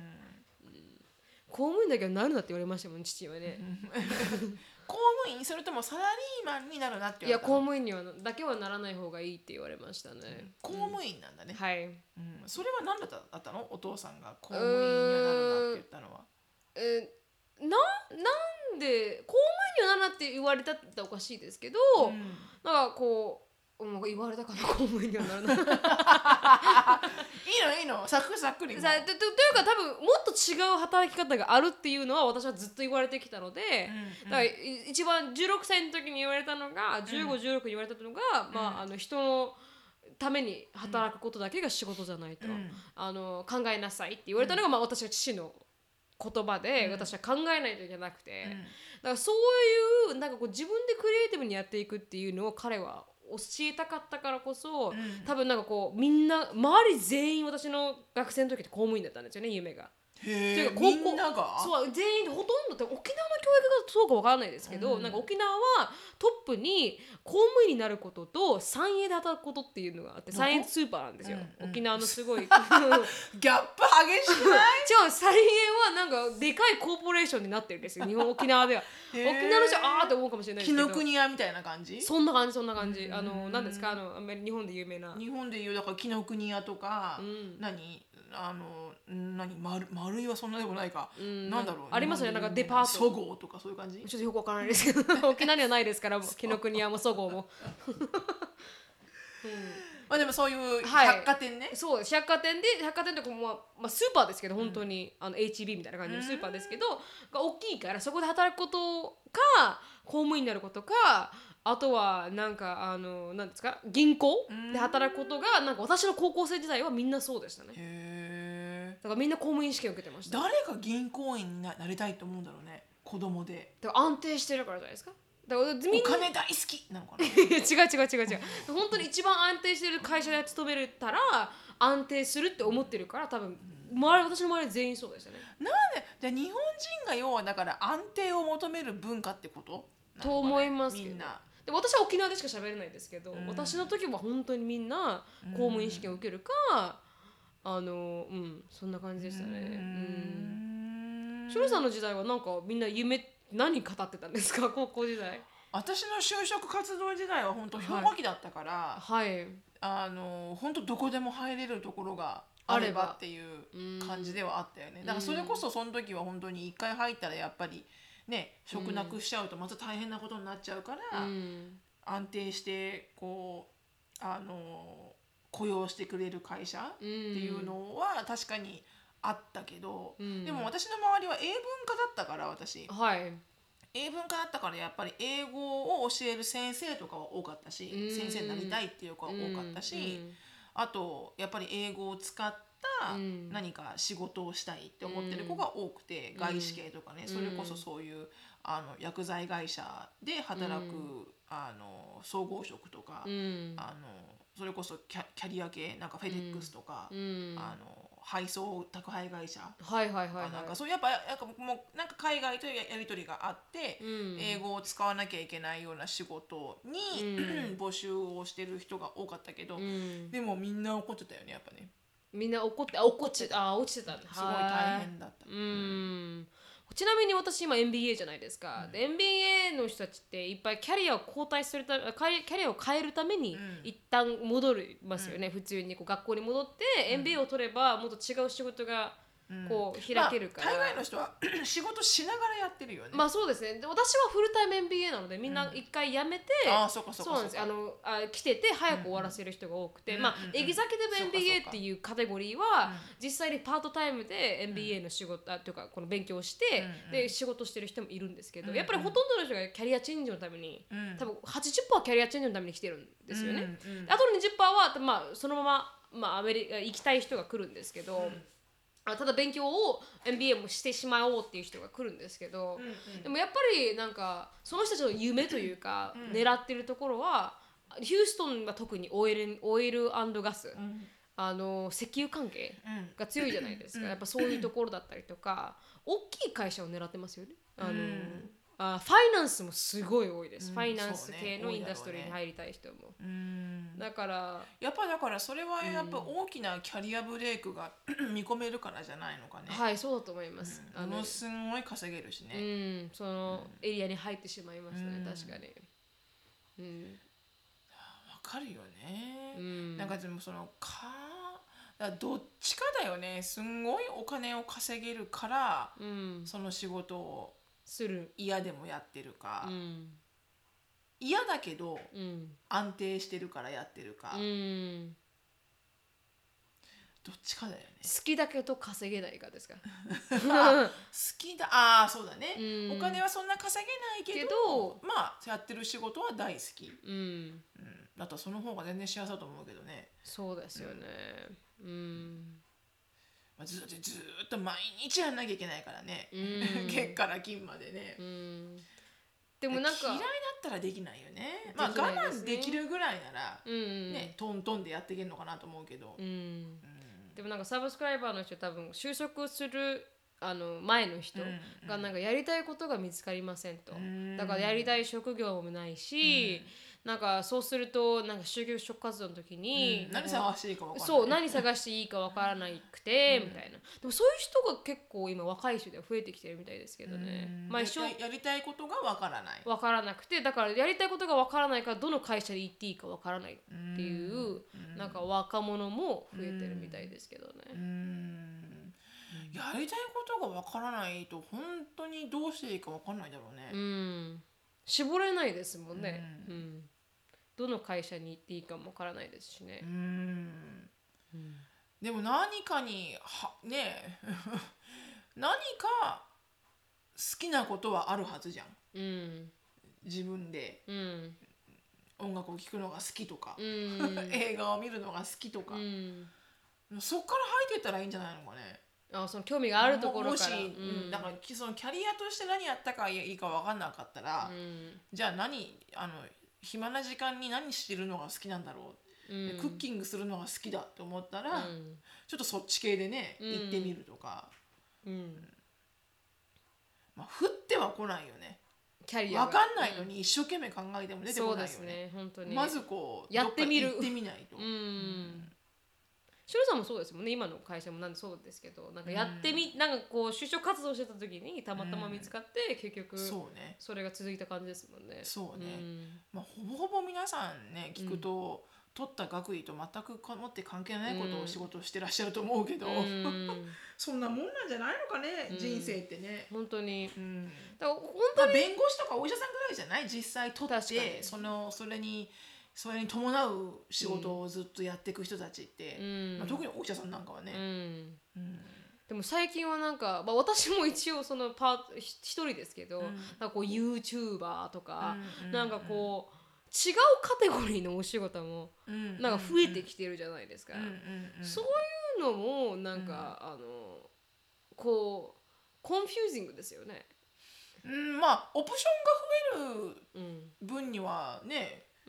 公務員だけはなるなって言われましたもん、父はね。 公務員それともサラリーマンになるなって言われた。いや、公務員にはだけはならない方がいいって言われましたね。うん、 公務員なんだね。 はい。 うん、それは何だったの？お父さんが公務員にはなるなって言ったのは。 えー、ななんで公務員にはなるなって言われたっておかしいですけど、うん、なんかこう。言われたかな、公務員にはならないいいのいいの、サクサクにもさと。というか多分もっと違う働き方があるっていうのは私はずっと言われてきたので、うんうん、だから一番じゅうろくさいの時に言われたのが、じゅうご、じゅうろくに言われたのが、うん、まあ、あの人のために働くことだけが仕事じゃないと、うん、あの考えなさいって言われたのが、まあ、私は父の言葉で、うん、私は考えないといけなくて、うん、だからそういうなんかこう自分でクリエイティブにやっていくっていうのを彼は教えたかったからこそ、うん、多分なんかこうみんな周り全員私の学生の時って公務員だったんですよね、夢が。 へー、みんながそう全員ほとんどって沖縄の教育がそうかわからないですけど、うん、なんか沖縄はトップに公務員になることと産営で働くことっていうのがあって、産営スーパーなんですよ、うん、沖縄のすごいギャップ激しくない？ 違う、産営はなんかでかいコーポレーションになってるんですよ、日本沖縄では。沖縄の人はあーって思うかもしれないですけど、 紀ノ国屋みたいな感じ？ そんな感じそんな感じ、あの何ですか、あのあんまり日本で有名な、 日本でいうだから紀ノ国屋とか、うん、何あの何 丸, 丸いはそんなでもないか、うん、なんだろう、 ありますよね、なんかデパートそごうとかそういう感じ。 ちょっとよくわからないですけど沖縄にはないですから紀ノ国屋もそごうも、うん、 まあでもそういう百貨店ね、 はい、そう百貨店で百貨店とかも、まあまあ、スーパーですけど本当に、うん、あの エイチイービー みたいな感じのスーパーですけど、が大きいからそこで働くことか公務員になることか、あとはなんかあのなんですか銀行で働くことが、なんか私の高校生時代はみんなそうでしたね。へー、だからみんな公務員試験受けてました。 誰が銀行員に な, なりたいと思うんだろうね、子供で。 だから安定してるからじゃないですか。だからみんなお金大好きなのかな違う違う違う違う本当に一番安定してる会社で勤めたら安定するって思ってるから、多分周り私の周り全員そうでしたね。 なんでじゃあ日本人が要はだから安定を求める文化ってこと、 ね、と思いますけど、みんなで私は沖縄でしか喋れないですけど、うん、私の時は本当にみんな公務員試験を受けるか、うん、あのうんそんな感じでしたね。うん。シロさんの時代はなんかみんな夢何語ってたんですか、高校時代。 私の就職活動時代は本当氷河期だったから、 はい、 あの本当どこでも入れるところがあればっていう感じではあったよね。だからそれこそその時は本当に一回入ったらやっぱりね職なくしちゃうとまた大変なことになっちゃうから、うん、安定してこうあの雇用してくれる会社っていうのは確かにあったけど、うん、でも私の周りは英文科だったから私、はい、英文科だったからやっぱり英語を教える先生とかは多かったし、うん、先生になりたいっていう子は多かったし、うん、あとやっぱり英語を使った何か仕事をしたいって思ってる子が多くて、うん、外資系とかね、うん、それこそそういうあの薬剤会社で働く、うん、あの総合職とか、うん、あのそれこそキャ、キャリア系なんかフェデックスとか、うん、あの配送宅配会社とかなんかそうやっぱなんかもうなんか海外とやり取りがあって、うん、英語を使わなきゃいけないような仕事に、うん、募集をしてる人が多かったけど、うん、でもみんな怒ってたよねやっぱね。 みんな怒ってあ怒ってたあ落ちてたんだ。 すごい大変だった。 うん。ちなみに私今 エムビーエー じゃないですか、うん、で エムビーエー の人たちっていっぱいキャリアを交代するたキャリアを変えるために一旦戻りますよね、うん、普通にこう学校に戻って、うん、エムビーエー を取ればもっと違う仕事がこう開けるから、 まあ、海外の人は仕事しながらやってるよね。 まあそうですね。で私はフルタイム エムビーエー なのでみんな一回辞めて、うん、 ああそうかそうかそうなんです。あのあ来てて早く終わらせる人が多くて、うんうん、まあ、うんうん、エグザキティブ エムビーエー っていうカテゴリーは、うん、実際にパートタイムで エムビーエー の仕事、うん、あというかこの勉強して、うんうん、で仕事してる人もいるんですけど、うんうん、やっぱりほとんどの人がキャリアチェンジのために、うん、多分 はちじゅっパーセント はキャリアチェンジのために来てるんですよね、うんうん、あとの にじゅっパーセント は、まあ、そのまま、まあ、アメリカ行きたい人が来るんですけど、うん、あただ勉強を エムビーエー もしてしまおうっていう人が来るんですけど、うんうん、でもやっぱりなんかその人たちの夢というか、うん、狙ってるところはヒューストンは特にオイル、オイル&ガス、うん、あの石油関係が強いじゃないですか、うん、やっぱそういうところだったりとか大きい会社を狙ってますよね。あの、うん、あファイナンスもすごい多いです、うん、ファイナンス系のインダストリーに入りたい人も、うん、だからやっぱだからそれはやっぱ大きなキャリアブレイクが見込めるからじゃないのかね。 はいそうだと思います、 うん、ものすごい稼げるしね、 うん、そのエリアに入ってしまいますね、うん、確かに、うん、 わかるよね、うん、なんかでもそのかどっちかだよね。すんごいお金を稼げるから、うん、その仕事をする嫌でもやってるか、うん、嫌だけど、うん、安定してるからやってるか、うん、どっちかだよね。 好きだけど稼げないかですか好きだああそうだね、うん、お金はそんな稼げないけど、けどまあやってる仕事は大好き、うんうん、だったらその方が全然幸せだと思うけどね。 そうですよね、うんうんまあ、ず, ずっと毎日やんなきゃいけないからね、うん、月から金までね、うん、でもなんか嫌いだったらできないよね。まあ我慢できるぐらいなら、うんね、トントンでやっていけるのかなと思うけど、うんうん、 でもなんかサブスクライバーの人多分就職するあの前の人がなんかやりたいことが見つかりませんと、うん、だからやりたい職業もないし、うん、なんかそうするとなんか就職活動の時に、 うん、何探していいか分からない、 そう何探していいか分からなくて、うん、みたいな。でもそういう人が結構今若い人では増えてきてるみたいですけどね、 うんまあ、一緒 や, やりたいことが分からない分からなくて、だからやりたいことが分からないからどの会社で行っていいか分からないっていう、うん、なんか若者も増えてるみたいですけどね、うんうんやりたいことがわからないと本当にどうしていいかわかんないだろうね、 うん、絞れないですもんね、うんうん、どの会社に行っていいかもわからないですしね、うんうん、でも何かにはね何か好きなことはあるはずじゃん、うん、自分で、うん、音楽を聴くのが好きとか、うん、映画を見るのが好きとか、うん、そっから入っていったらいいんじゃないのかね。 あその興味があるところからも, もし、うん、だからそのキャリアとして何やったかいいか分かんなかったら、うん、じゃあ何あの暇な時間に何してるのが好きなんだろう、うん、クッキングするのが好きだって思ったら、うん、ちょっとそっち系でね、うん、行ってみるとか、うんまあ、降っては来ないよね。キャリア分かんないのに一生懸命考えても出てこないよね、うん、そうですね本当にまずこうやってみるどっか行ってみないと、うんうんシュルさんもそうですもんね。今の会社もなんでそうですけど、なんかやってみ、うん、なんかこう就職活動してた時にたまたま見つかって、うん、結局そうねそれが続いた感じですもんね。 そうね、うん、まあほぼほぼ皆さんね聞くと、 取った学位と全くかもって関係ないことを仕事をしてらっしゃると思うけど、うん、そんなもんなんじゃないのかね、うん、人生ってね。 本当に、 うん、 だから本当に、まあ、 弁護士とかお医者さんぐらいじゃない、実際取ってそのそれにそれに伴う仕事をずっとやっていく人たちって、うんまあ、特にお医者さんなんかはね、うんうん、でも最近はなんか、まあ、私も一応そのパー一人ですけど、うん、なんかこう YouTuber とか、うんうん、なんかこう違うカテゴリーのお仕事もなんか増えてきてるじゃないですか、うんうんうん、そういうのもなんか、うん、あのこうコンフュージングですよね、 うん、まあオプションが増える分にはね、うん、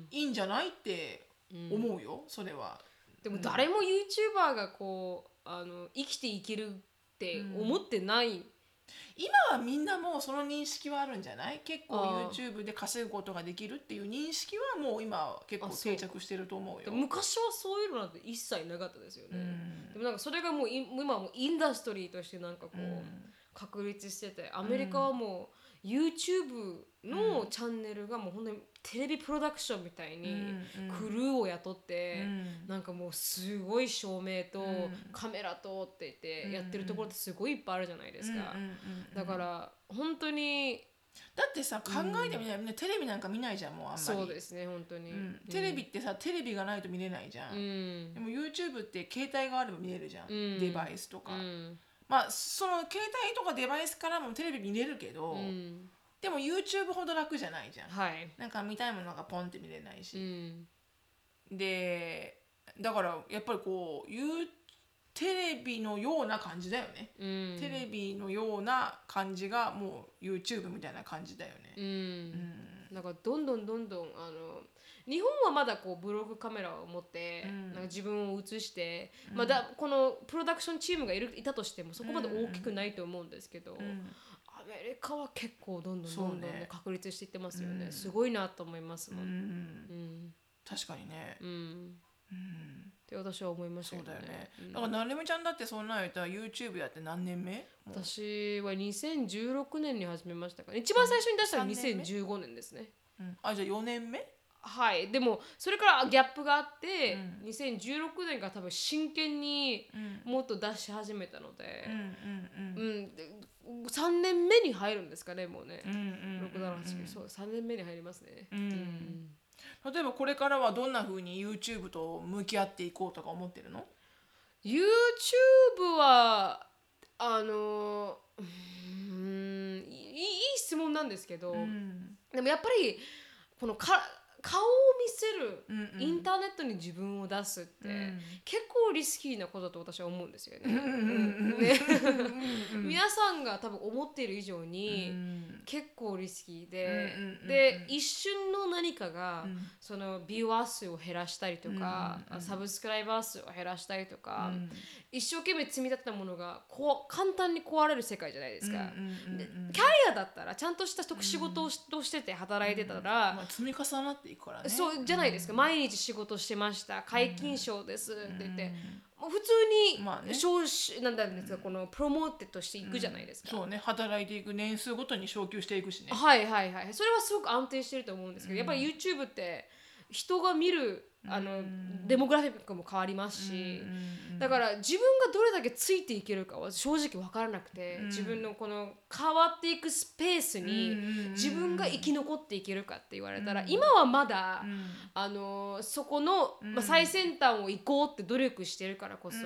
いいんじゃないって思うよ、うん、それは。 でも誰も YouTuber がこうあの生きていけるって思ってない、うん今はみんなもうその認識はあるんじゃない？結構 YouTube で稼ぐことができるっていう認識はもう今は結構定着してると思うよ。 昔はそういうのなんて一切なかったですよね、うん、でもなんかそれがもう今はもうインダストリーとしてなんかこう、うん、確立してて、アメリカはもう YouTube のチャンネルがもう本当にテレビプロダクションみたいにクルーを雇って、うん、なんかもうすごい照明とカメラとって言ってやってるところってすごいいっぱいあるじゃないですか、だから本当にだってさ考えてみない、うん、みんなテレビなんか見ないじゃんもうあんまり。 そうですね本当に、うん、 テレビってさテレビがないと見れないじゃん、うん、でも YouTube って携帯があれば見れるじゃん、うん、デバイスとか、うん、まあその携帯とかデバイスからもテレビ見れるけど、うんでも YouTube ほど楽じゃないじゃん、はい、なんか見たいものがポンって見れないし、うん、でだからやっぱりこういうテレビのような感じだよね、うん、テレビのような感じがもう YouTube みたいな感じだよね、うんうん、 なんかどんどんどんどんあの日本はまだこうブログカメラを持って、うん、なんか自分を映して、うんまあ、だこのプロダクションチームがいるいたとしてもそこまで大きくないと思うんですけど、うんうんアメリカは結構どんどんどんどん確立していってますよね、うん、すごいなと思いますもん、うんうん、 確かにね、うんうん、 って私は思いましたけどね。 そうだよね、うん、だからなるみちゃんだってそんな言ったら YouTube やって何年目？ 私はにせんじゅうろくねんに始めましたから一番最初に出したのはにせんじゅうごねんですね、 うん、あじゃあよねんめ？ はいでもそれからギャップがあって、うん、にせんじゅうろくねんから多分真剣にもっと出し始めたので、うんうんうんうんさんねんめに入るんですかねもうね、うんうんうんうん、ろく、なな、はち、きゅうそうさんねんめに入りますね、うんうん、 例えばこれからはどんな風に YouTube と向き合っていこうとか思ってるの？ YouTube はあのうんいい、いい質問なんですけど、うん、でもやっぱりこのか顔を見せる、うんうん、インターネットに自分を出すって、うん、結構リスキーなことだと私は思うんですよね。皆さんが多分思っている以上に、うん、結構リスキーで、うん、で一瞬の何かが、うん、そのビューアー数を減らしたりとか、うん、サブスクライバー数を減らしたりとか、うん、一生懸命積み立てたものがこう簡単に壊れる世界じゃないですか。でキャリアだったらちゃんとした仕事をしてて働いてたら、 うんまあ、積み重なっていくからね、 そうじゃないですか、うん、毎日仕事してました皆勤賞ですって言って、うん、普通に、まあね、昇なんだですか、うん、このプロモーテとしていくじゃないですか、 うん、そうね働いていく年数ごとに昇給していくしねはいはいはいそれはすごく安定してると思うんですけど、うん、やっぱり YouTube って人が見るあの、うん、デモグラフィックも変わりますし、うん、だから自分がどれだけついていけるかは正直分からなくて、うん、自分のこの変わっていくスペースに自分が生き残っていけるかって言われたら、うん、今はまだ、うん、あのそこの、まあ、最先端を行こうって努力してるからこそ、うん、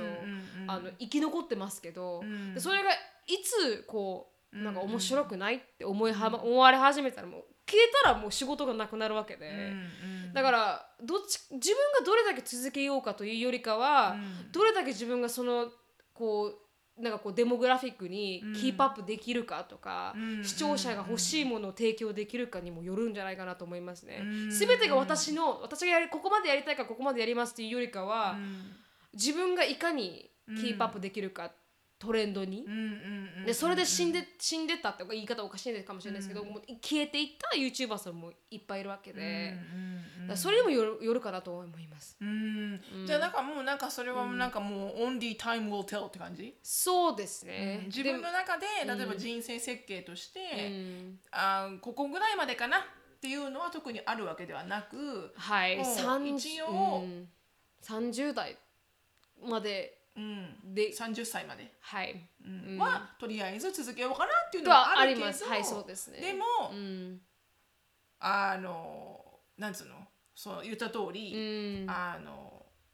あの生き残ってますけど、でそれがいつこうなんか面白くないって思いは、思われ始めたらもう消えたらもう仕事がなくなるわけで、うんうん、だからどっち自分がどれだけ続けようかというよりかは、うん、どれだけ自分がそのこうなんかこうデモグラフィックにキープアップできるかとか、うん、視聴者が欲しいものを提供できるかにもよるんじゃないかなと思いますね。すべ、うん、てが私の私がやりここまでやりたいからここまでやりますっていうよりかは、うん、自分がいかにキープアップできるか、トレンドに、でそれで死んで死んでたって言い方おかしいかもしれないですけど、うん、もう消えていった YouTuber さんもいっぱいいるわけで、うんうん、だそれにもよる、よるかなと思います、 うんうん、じゃあなんかもうなんかそれはなんかもう only time will tell って感じ？ そうですね、 うん、自分の中で例えば人生設計として、うん、あここぐらいまでかなっていうのは特にあるわけではなく、 はい、 もうさん一応、 うん、さんじゅう代までうん、 で、 さんじゅっさいまで、 はいうんうんはとりあえず続けようかなっていうのとはあはあるけど、 ります。はい、そうですね。 でも、 うんあのなんつうの、そう言った通り、 うんあの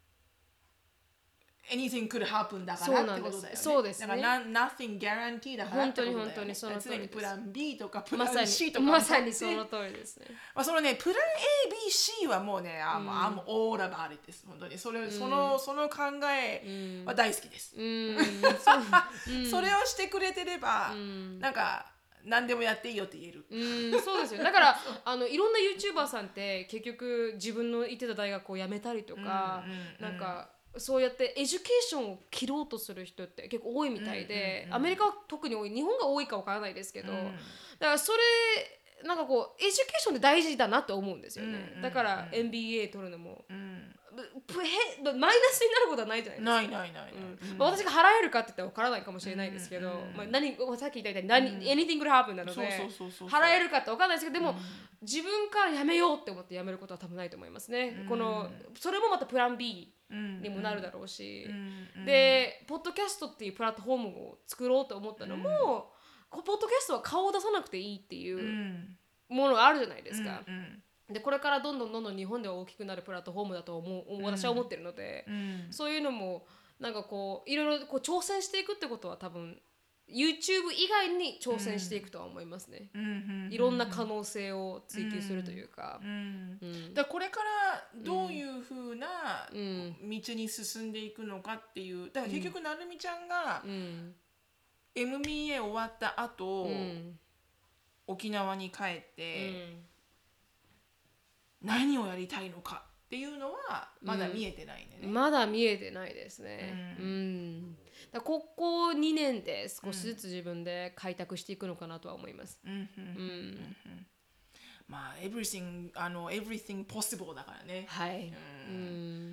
anything could happen だかそうなんですらってことだよね。 そうですねだからな nothing guarantee だからってことだよね。 本当に本当にその通りです。 常にプラン B とかプまさラン C とにかまさにそ持っての通りですね。 まあそのねプラン A、B、C はもうね、あ、もう I'm all about it です。本当にそれ、そのその考えは大好きです。 うんそれをしてくれてれば、 んなんか何でもやっていいよって言える。 うんそうですよ。だからあのいろんな YouTuber さんって結局自分の行ってた大学を辞めたりとか、 うんうんうんなんかそうやってエデュケーションを切ろうとする人って結構多いみたいで、アメリカは特に多い、日本が多いかわからないですけど、だからそれなんかこうエデュケーションって大事だなと思うんですよね。だから エムビーエー 取るのも、プヘマイナスになることはないじゃないですか。 ないないないない。 うんまあ、私が払えるかって言ったら分からないかもしれないですけど、まあ、何さっき言ったように何、うん、anything could happen なので払えるかって分からないですけど、でも、うん、自分からやめようって思ってやめることは多分ないと思いますね、うん、このそれもまたプラン B にもなるだろうし、うん、でポッドキャストっていうプラットフォームを作ろうと思ったのも、うん、ポッドキャストは顔を出さなくていいっていうものがあるじゃないですか、うんうんでこれからどんどんどんどん日本では大きくなるプラットフォームだと思う、うん、私は思ってるので、うん、そういうのもなんかこういろいろこう挑戦していくってことは多分 YouTube 以外に挑戦していくとは思いますね、うん、いろんな可能性を追求するというか、うんうん、だからこれからどういうふうな道に進んでいくのかっていうだから結局なるみちゃんが エムビーエー 終わった後、うん、沖縄に帰って、うん何をやりたいのかっていうのはまだ見えてないね、 うん、まだ見えてないですね、うんうん、だここにねんで少しずつ自分で開拓していくのかなとは思います、うんうんうん、 まあ everything あの everything possible だからねはい、 うん、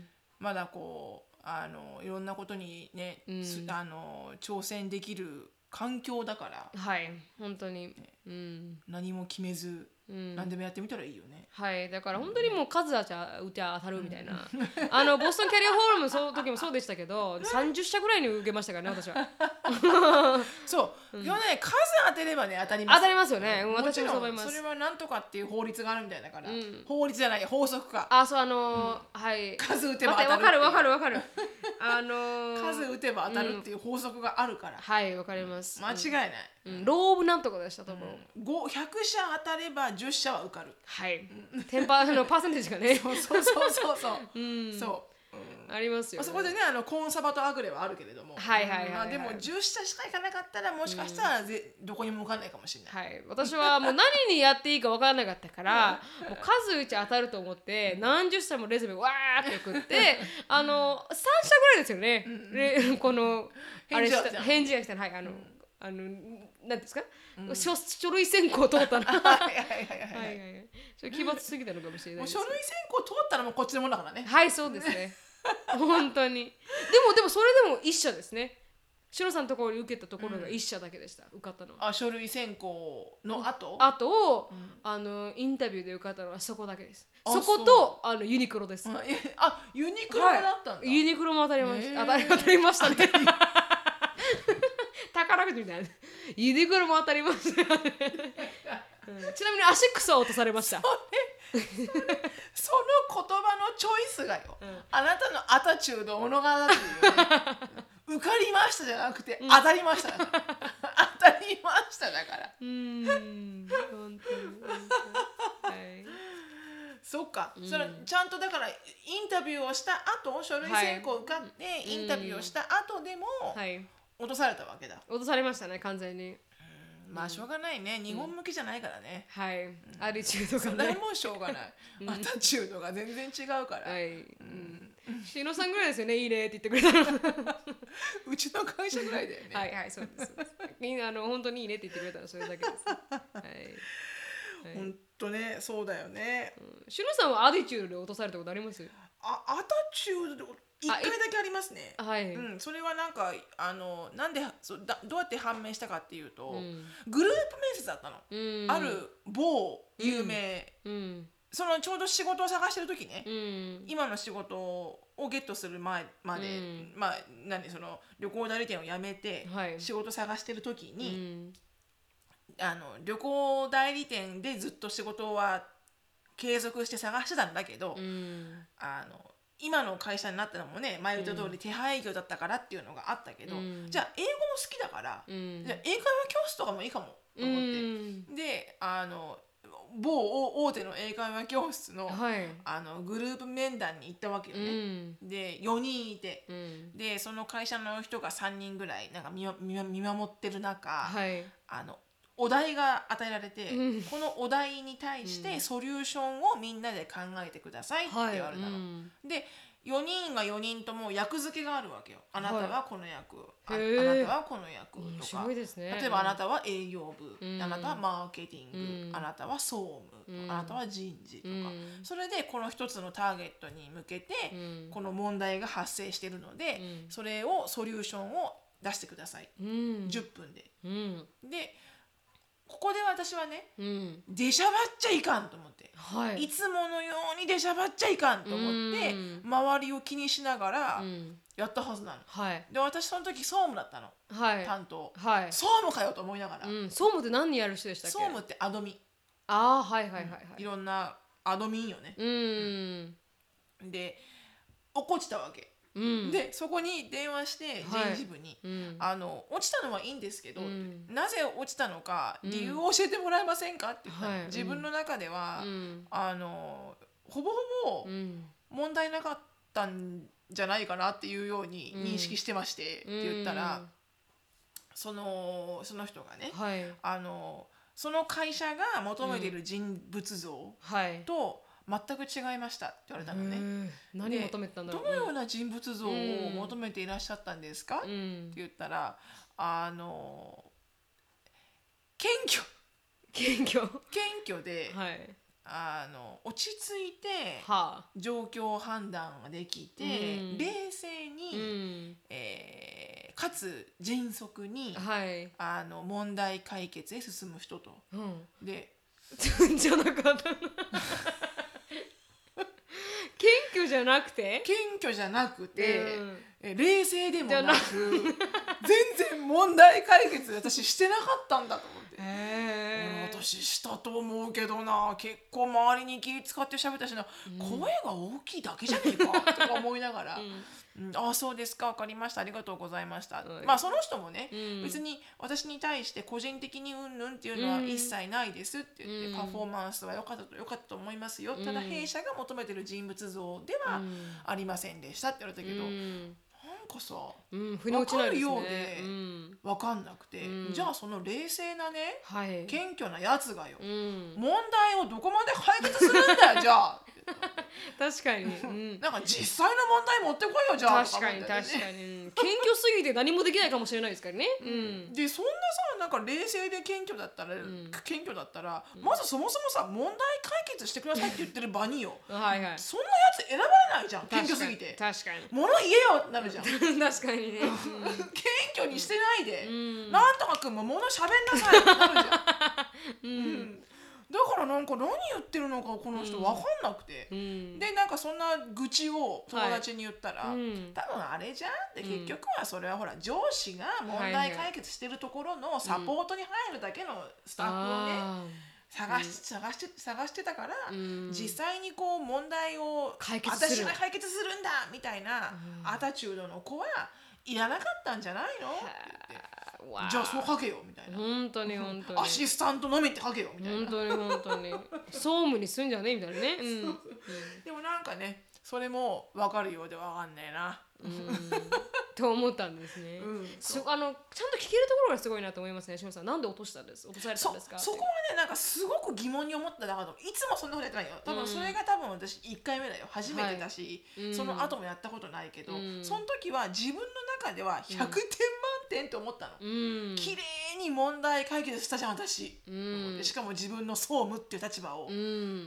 まだこうあのいろんなことにね、うん、あの挑戦できる環境だからはい本当に、 ねうん、 何も決めずうん、何でもやってみたらいいよね。 はいだから本当にもう数あちゃ打ちゃ当たるみたいな、うん、あのボストンキャリアホールもその時もそうでしたけどさんじゅっしゃぐらいに受けましたからね私はそう、うん、要はね数当てればね当たります当たりますよね、うん、私もそう思います。 それはなんとかっていう法律があるみたいだから、うん、法律じゃない法則かあそうあのーうん、はい数打てば当たるわかるわかるわかるあのー、 数打てば当たるっていう法則があるから、うん、 はいわかります、 間違いない、 うん、ローブなんとかでしたと思う、 うん、ひゃくしゃ当たればじゅっしゃは受かるはいテンパーのパーセンテージがねそうそうそうそうそう、うん、そう、 うん、ありますよ、ね、 そこでねあのコンサバとアグレはあるけれどもはいはいはい、はい、 まあ、でもじゅっしゃしかいかなかったらもしかしたらぜ、うん、どこにも受かんないかもしれない、 はい、私はもう何にやっていいか分からなかったからもう数打ち当たると思って何十社もレズメわーって送ってあのさんしゃぐらいですよね、うん、このあれした返事がしたらはいあの、うん、あの何ですか、うん、書, 書類選考通ったのはいはいはいはいそれ奇抜すぎたのかもしれないですもう書類選考通ったらもうこっちのもんだからねはいそうですね本当にでもでもそれでも一社ですねシロさんのところに受けたところが一社だけでした、うん、受かったのはあ書類選考の後あと、うん、あのインタビューで受かったのはそこだけですそことあのユニクロです、 うん、あユニクロだったんだ、 はい、ユニクロも当たりました、当たり当たりましたね宝くじみたいなユニクロも当たりましたよね、うん、ちなみにアシックスは落とされましたその言葉のチョイスがよ、うん、あなたのアタチュード物語っていうね受かりましたじゃなくて、うん、当たりましただから当たりましただからうーん本当に本当に、はい、そっか、うん、それちゃんとだからインタビューをした後書類選考受かって、はい、インタビューをした後でも、はい、落とされたわけだ落とされましたね完全にまあしょうがないね、日本向きじゃないからね、 うん、はい、うん、アリチュードがねそれもしょうがない、うん、アタチュードが全然違うからはい、うんうん、しのさんぐらいですよねいいねって言ってくれたのうちの会社ぐらいだよねはいはいそうですみんなあの本当にいいねって言ってくれたのそれだけですはい本当ねそうだよね、 うん、しのさんはアディチュードで落とされたことありますあアタチュードで一回だけありますね。 はい。 うん、それはなんかあのなんでそだどうやって判明したかっていうと、うん、グループ面接だったの。うん、ある某有名、 うん、 そのちょうど仕事を探してる時ね、 うん、 今の仕事をゲットする前まで、うん、まあ何その旅行代理店を辞めて仕事探してる時に、はい、あの旅行代理店でずっと仕事は継続して探してたんだけど、うん、あの今の会社になったのもね、前言った通り手配業だったからっていうのがあったけど、うん、じゃあ英語も好きだから、うん、じゃあ英会話教室とかもいいかもと思って、うん、であの某大手の英会話教室 の,、はい、あのグループ面談に行ったわけよね、うん、でよにんいて、うん、でその会社の人がさんにんぐらいなんか 見, 見, 見守ってる中、はい、あのお題が与えられて、うん、このお題に対してソリューションをみんなで考えてくださいって言われたの、はい、うん、でよにんがよにんとも役付けがあるわけよ。あなたはこの役、はい、あ, あなたはこの役とか、 面白いですね、 例えばあなたは営業部、うん、あなたはマーケティング、うん、あなたは総務、うん、あなたは人事とか、うん、それでこの一つのターゲットに向けて、うん、この問題が発生しているので、うん、それをソリューションを出してください、うん、じゅっぷんで、うん、でここで私はね、うん、出しゃばっちゃいかんと思って、はい、いつものように出しゃばっちゃいかんと思って、うん、周りを気にしながらやったはずなの、はい、で私その時総務だったの、はい、担当、はい、総務かよと思いながら、 うん、総務って何やる人でしたっけ？ 総務ってアドミン、 あー、はいはいはいはい、 うん、いろんなアドミンよね、うん、うん、で落っこちたわけ、うん、でそこに電話して人事部に、はい、うん、あの落ちたのはいいんですけど、うん、なぜ落ちたのか理由を教えてもらえませんかって言ったら、うん、自分の中では、うん、あのほぼほぼ問題なかったんじゃないかなっていうように認識してまして、うん、って言ったら、うん、そのその人がね、はい、あのその会社が求めている人物像と、うん、はい、全く違いましたって言われたのね。 何求めてたんだろう。 どのような人物像を求めていらっしゃったんですか、うん、って言ったら、あの謙虚謙虚謙虚で、はい、あの落ち着いて状況判断ができて、はあ、冷静に、うん、えー、かつ迅速に、はい、あの問題解決へ進む人と、うん、でじゃなかったな謙虚じゃなくて謙虚じゃなくて、うん、冷静でもなく全然問題解決私してなかったんだと思って、へー、私したと思うけどな、結構周りに気使って喋ったしな、うん、声が大きいだけじゃねえかとか思いながら、うんうん、ああそうですか、分かりました、ありがとうございました、うん、まあその人もね、うん、別に私に対して個人的にうんぬんっていうのは一切ないですって言って、うん、パフォーマンスは良かったと良かったと思いますよ、うん、ただ弊社が求めてる人物像ではありませんでしたって言われたけど、うん、なんかさ、うん、腑に落ちないですね、分かるようで分かんなくて、うん、じゃあその冷静なね、はい、謙虚なやつがよ、うん、問題をどこまで解決するんだよじゃあ確かに、うん、 なんか実際の問題持ってこいよじゃあ、 確かに確かに、うん、謙虚すぎて何もできないかもしれないですからね、うん、 でそんなさ、なんか冷静で謙虚だったら、うん、謙虚だったら、うん、まずそもそもさ問題解決してくださいって言ってる場によはいはい、そんなやつ選ばれないじゃん、謙虚すぎて、 確かに物言えよってなるじゃん確かにね、うん、 謙虚にしてないで、うん、なんとかくんも物喋んなさいってなるじゃん、うんうん、だからなんか何言ってるのかこの人分かんなくて、うん、でなんかそんな愚痴を友達に言ったら、はい、うん、多分あれじゃんで、結局はそれはほら上司が問題解決してるところのサポートに入るだけのスタッフをね、うん、探し、探して、探してたから、うん、実際にこう問題を解決する、 私が解決するんだみたいなアタチュードの子はいらなかったんじゃないのって言って、じゃあそう書けよみたいな、 本当に本当にアシスタントのみって書けよみたいな、 本当に本当に総務にすんじゃねえみたいなね、うん、 でもなんかねそれも分かるようで分かんねえな、うんと思ったんですね、うん、すあのちゃんと聞けるところがすごいなと思いますね。しのさんなんで落としたんです落とされたんですか。 そ, そこはねなんかすごく疑問に思っただから、いつもそんなことやってないよ、多分それが多分私いっかいめだよ、初めてだし、はい、その後もやったことないけど、うん、その時は自分の中ではひゃくてん満点と思ったの、うん、綺麗に問題解決したじゃん私、うん、しかも自分の総務っていう立場を、うん、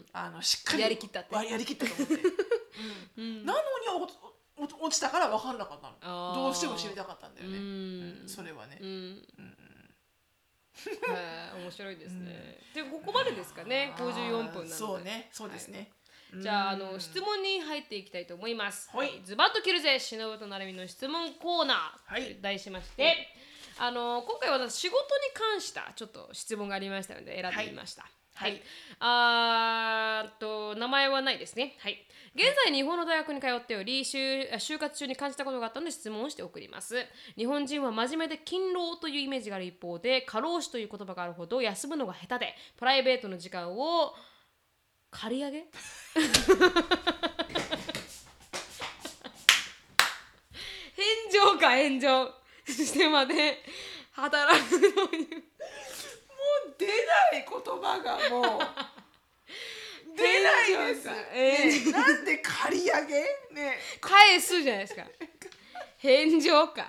あのしっかりやりきったってやりきったと思って、うん、なのに落ちたから分かんなかったの、どうしても知りたかったんだよね、うん、それはね、うんうん、 へ面白いですね、うん、でここまでですかね。ごじゅうよんぷんなので。 そうね、そうですね、 はい、じゃあ、あの質問に入っていきたいと思います。 はい、 ズバッと切るぜしのぶとなるみの質問コーナー、はい、題しまして、あの今回私仕事に関したちょっと質問がありましたので選んでみました。はい、はい、あーと名前はないですね。はい。現在日本の大学に通っており、就, 就活中に感じたことがあったので質問をして送ります。日本人は真面目で勤労というイメージがある一方で、過労死という言葉があるほど休むのが下手で、プライベートの時間を借り上げ返上か返上してまで働くのにもう出ない言葉がもう出ないです、えーね、なんで借り上げ、ね、 返すじゃないですか。返上か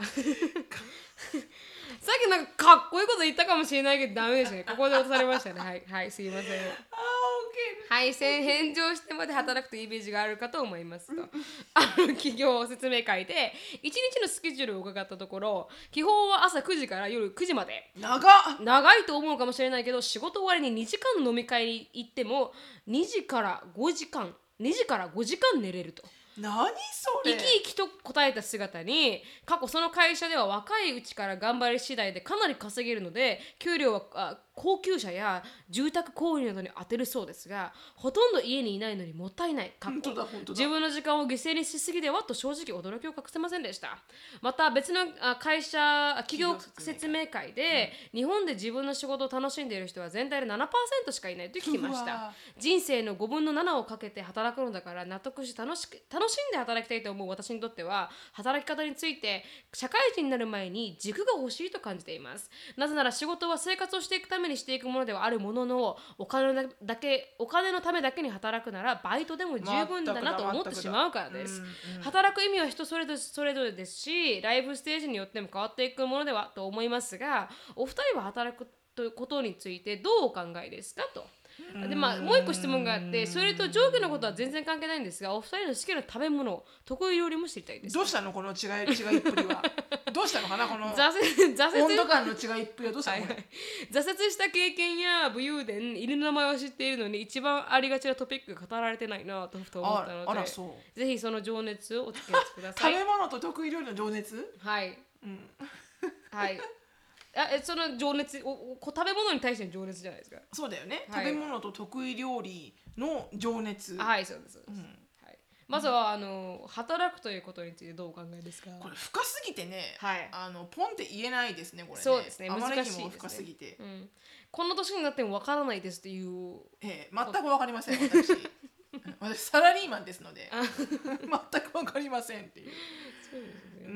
さっきなんかかっこいいこと言ったかもしれないけどダメですね。ここで落とされましたね。はい、はい、すいません。配線返上してまで働くというイメージがあるかと思いますとある企業説明会でいちにちのスケジュールを伺ったところ、基本は朝くじから夜くじまで。 長っ長いと思うかもしれないけど、仕事終わりににじかんの飲み会に行ってもにじからごじかんにじからごじかん寝れると。 何それ。 生き生きと答えた姿に、過去その会社では若いうちから頑張り次第でかなり稼げるので、給料は高級車や住宅購入などに充てるそうですが、ほとんど家にいないのにもったいない。 本当だ本当だ。 自分の時間を犠牲にしすぎではと正直驚きを隠せませんでした。また別の会社企業説明会で、うん、日本で自分の仕事を楽しんでいる人は全体で ななパーセント しかいないと聞きました。人生のごぶんのななをかけて働くのだから納得し楽しく楽しんで働きたいと思う私にとっては、働き方について社会人になる前に軸が欲しいと感じています。なぜなら仕事は生活をしていくためにしていくものではあるものの、お金だけお金のためだけに働くならバイトでも十分だなと思ってしまうからです。うんうん、働く意味は人それぞれそれぞれですし、ライフステージによっても変わっていくものではと思いますが、お二人は働くということについてどうお考えですかと。でまあ、もう一個質問があって、それと上下のことは全然関係ないんですが、お二人の好きな食べ物、得意料理も知りたいです。 どうしたのこの違い違いっぷりはどうしたのかなこの挫折挫折温度感の違いっぷりはどうしたの、はいはい、 挫折した経験や武勇伝、犬の名前を知っているのに一番ありがちなトピックが語られてないなとふと思ったので、 あらそう、 ぜひその情熱をお付き合いください。 食べ物と得意料理の情熱、 はい、うん、はいあえその情熱おお食べ物に対しての情熱じゃないですか。 そうだよね、はい、食べ物と得意料理の情熱。 はいそうですそうです、うんはい、まずはあの働くということについてどうお考えですか。 これ深すぎてね、 はい、 あのポンって言えないですねこれね。 そうですね、 あまりにも難しいですね、 深すぎて、 うん、この年になってもわからないですっていう、 ええ、全くわかりません私私サラリーマンですので全くわかりませんっていう。そうですね、うん、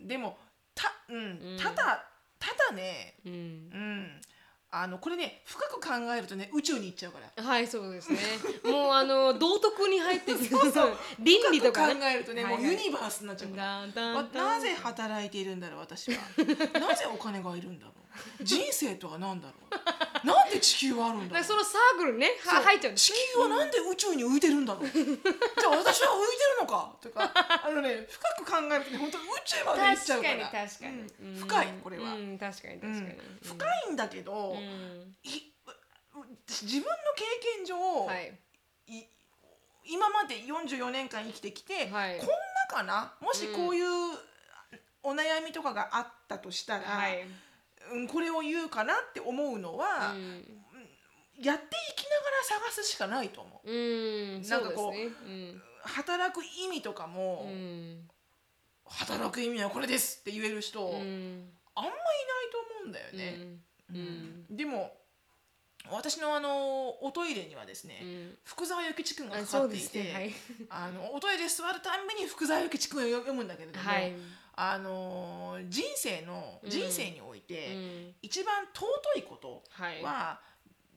でもた、うん、ただただね、うん、うん、あのこれね深く考えるとね宇宙に行っちゃうから。 はいそうですねもうあの道徳に入ってそうそう倫理とか、ね、 深く考えるとね、はいはい、もうユニバースになっちゃうから、だんだんだんなぜ働いているんだろう私はなぜお金がいるんだろう人生とは何だろうなんで地球はあるんだろう。 そのサークルにね入っちゃうんです。 地球はなんで宇宙に浮いてるんだろうじゃあ私は浮いてるのかとかあのね深く考えるとね本当宇宙まで行っちゃうから。 確かに確かに、うん、 深いこれは、 うん、確かに確かに、うん、 深いんだけど、うん、自分の経験上、はい、い今までよんじゅうよねんかん生きてきて、はい、こんなかなもしこういうお悩みとかがあったとしたら、はいうん、これを言うかなって思うのは、うん、やっていきながら探すしかないと思う。うん、なんかこう、ねうん、働く意味とかも、うん、働く意味はこれですって言える人、うん、あんまいないと思うんだよね。うんうんうん、でも私のあのおトイレにはですね、うん、福沢諭吉くんがかかっていて、ねはい、あのおトイレ座るたんびに福沢諭吉くんを読むんだけれども、はい、あの人生の、うん、人生において、うん、一番尊いことは、はい、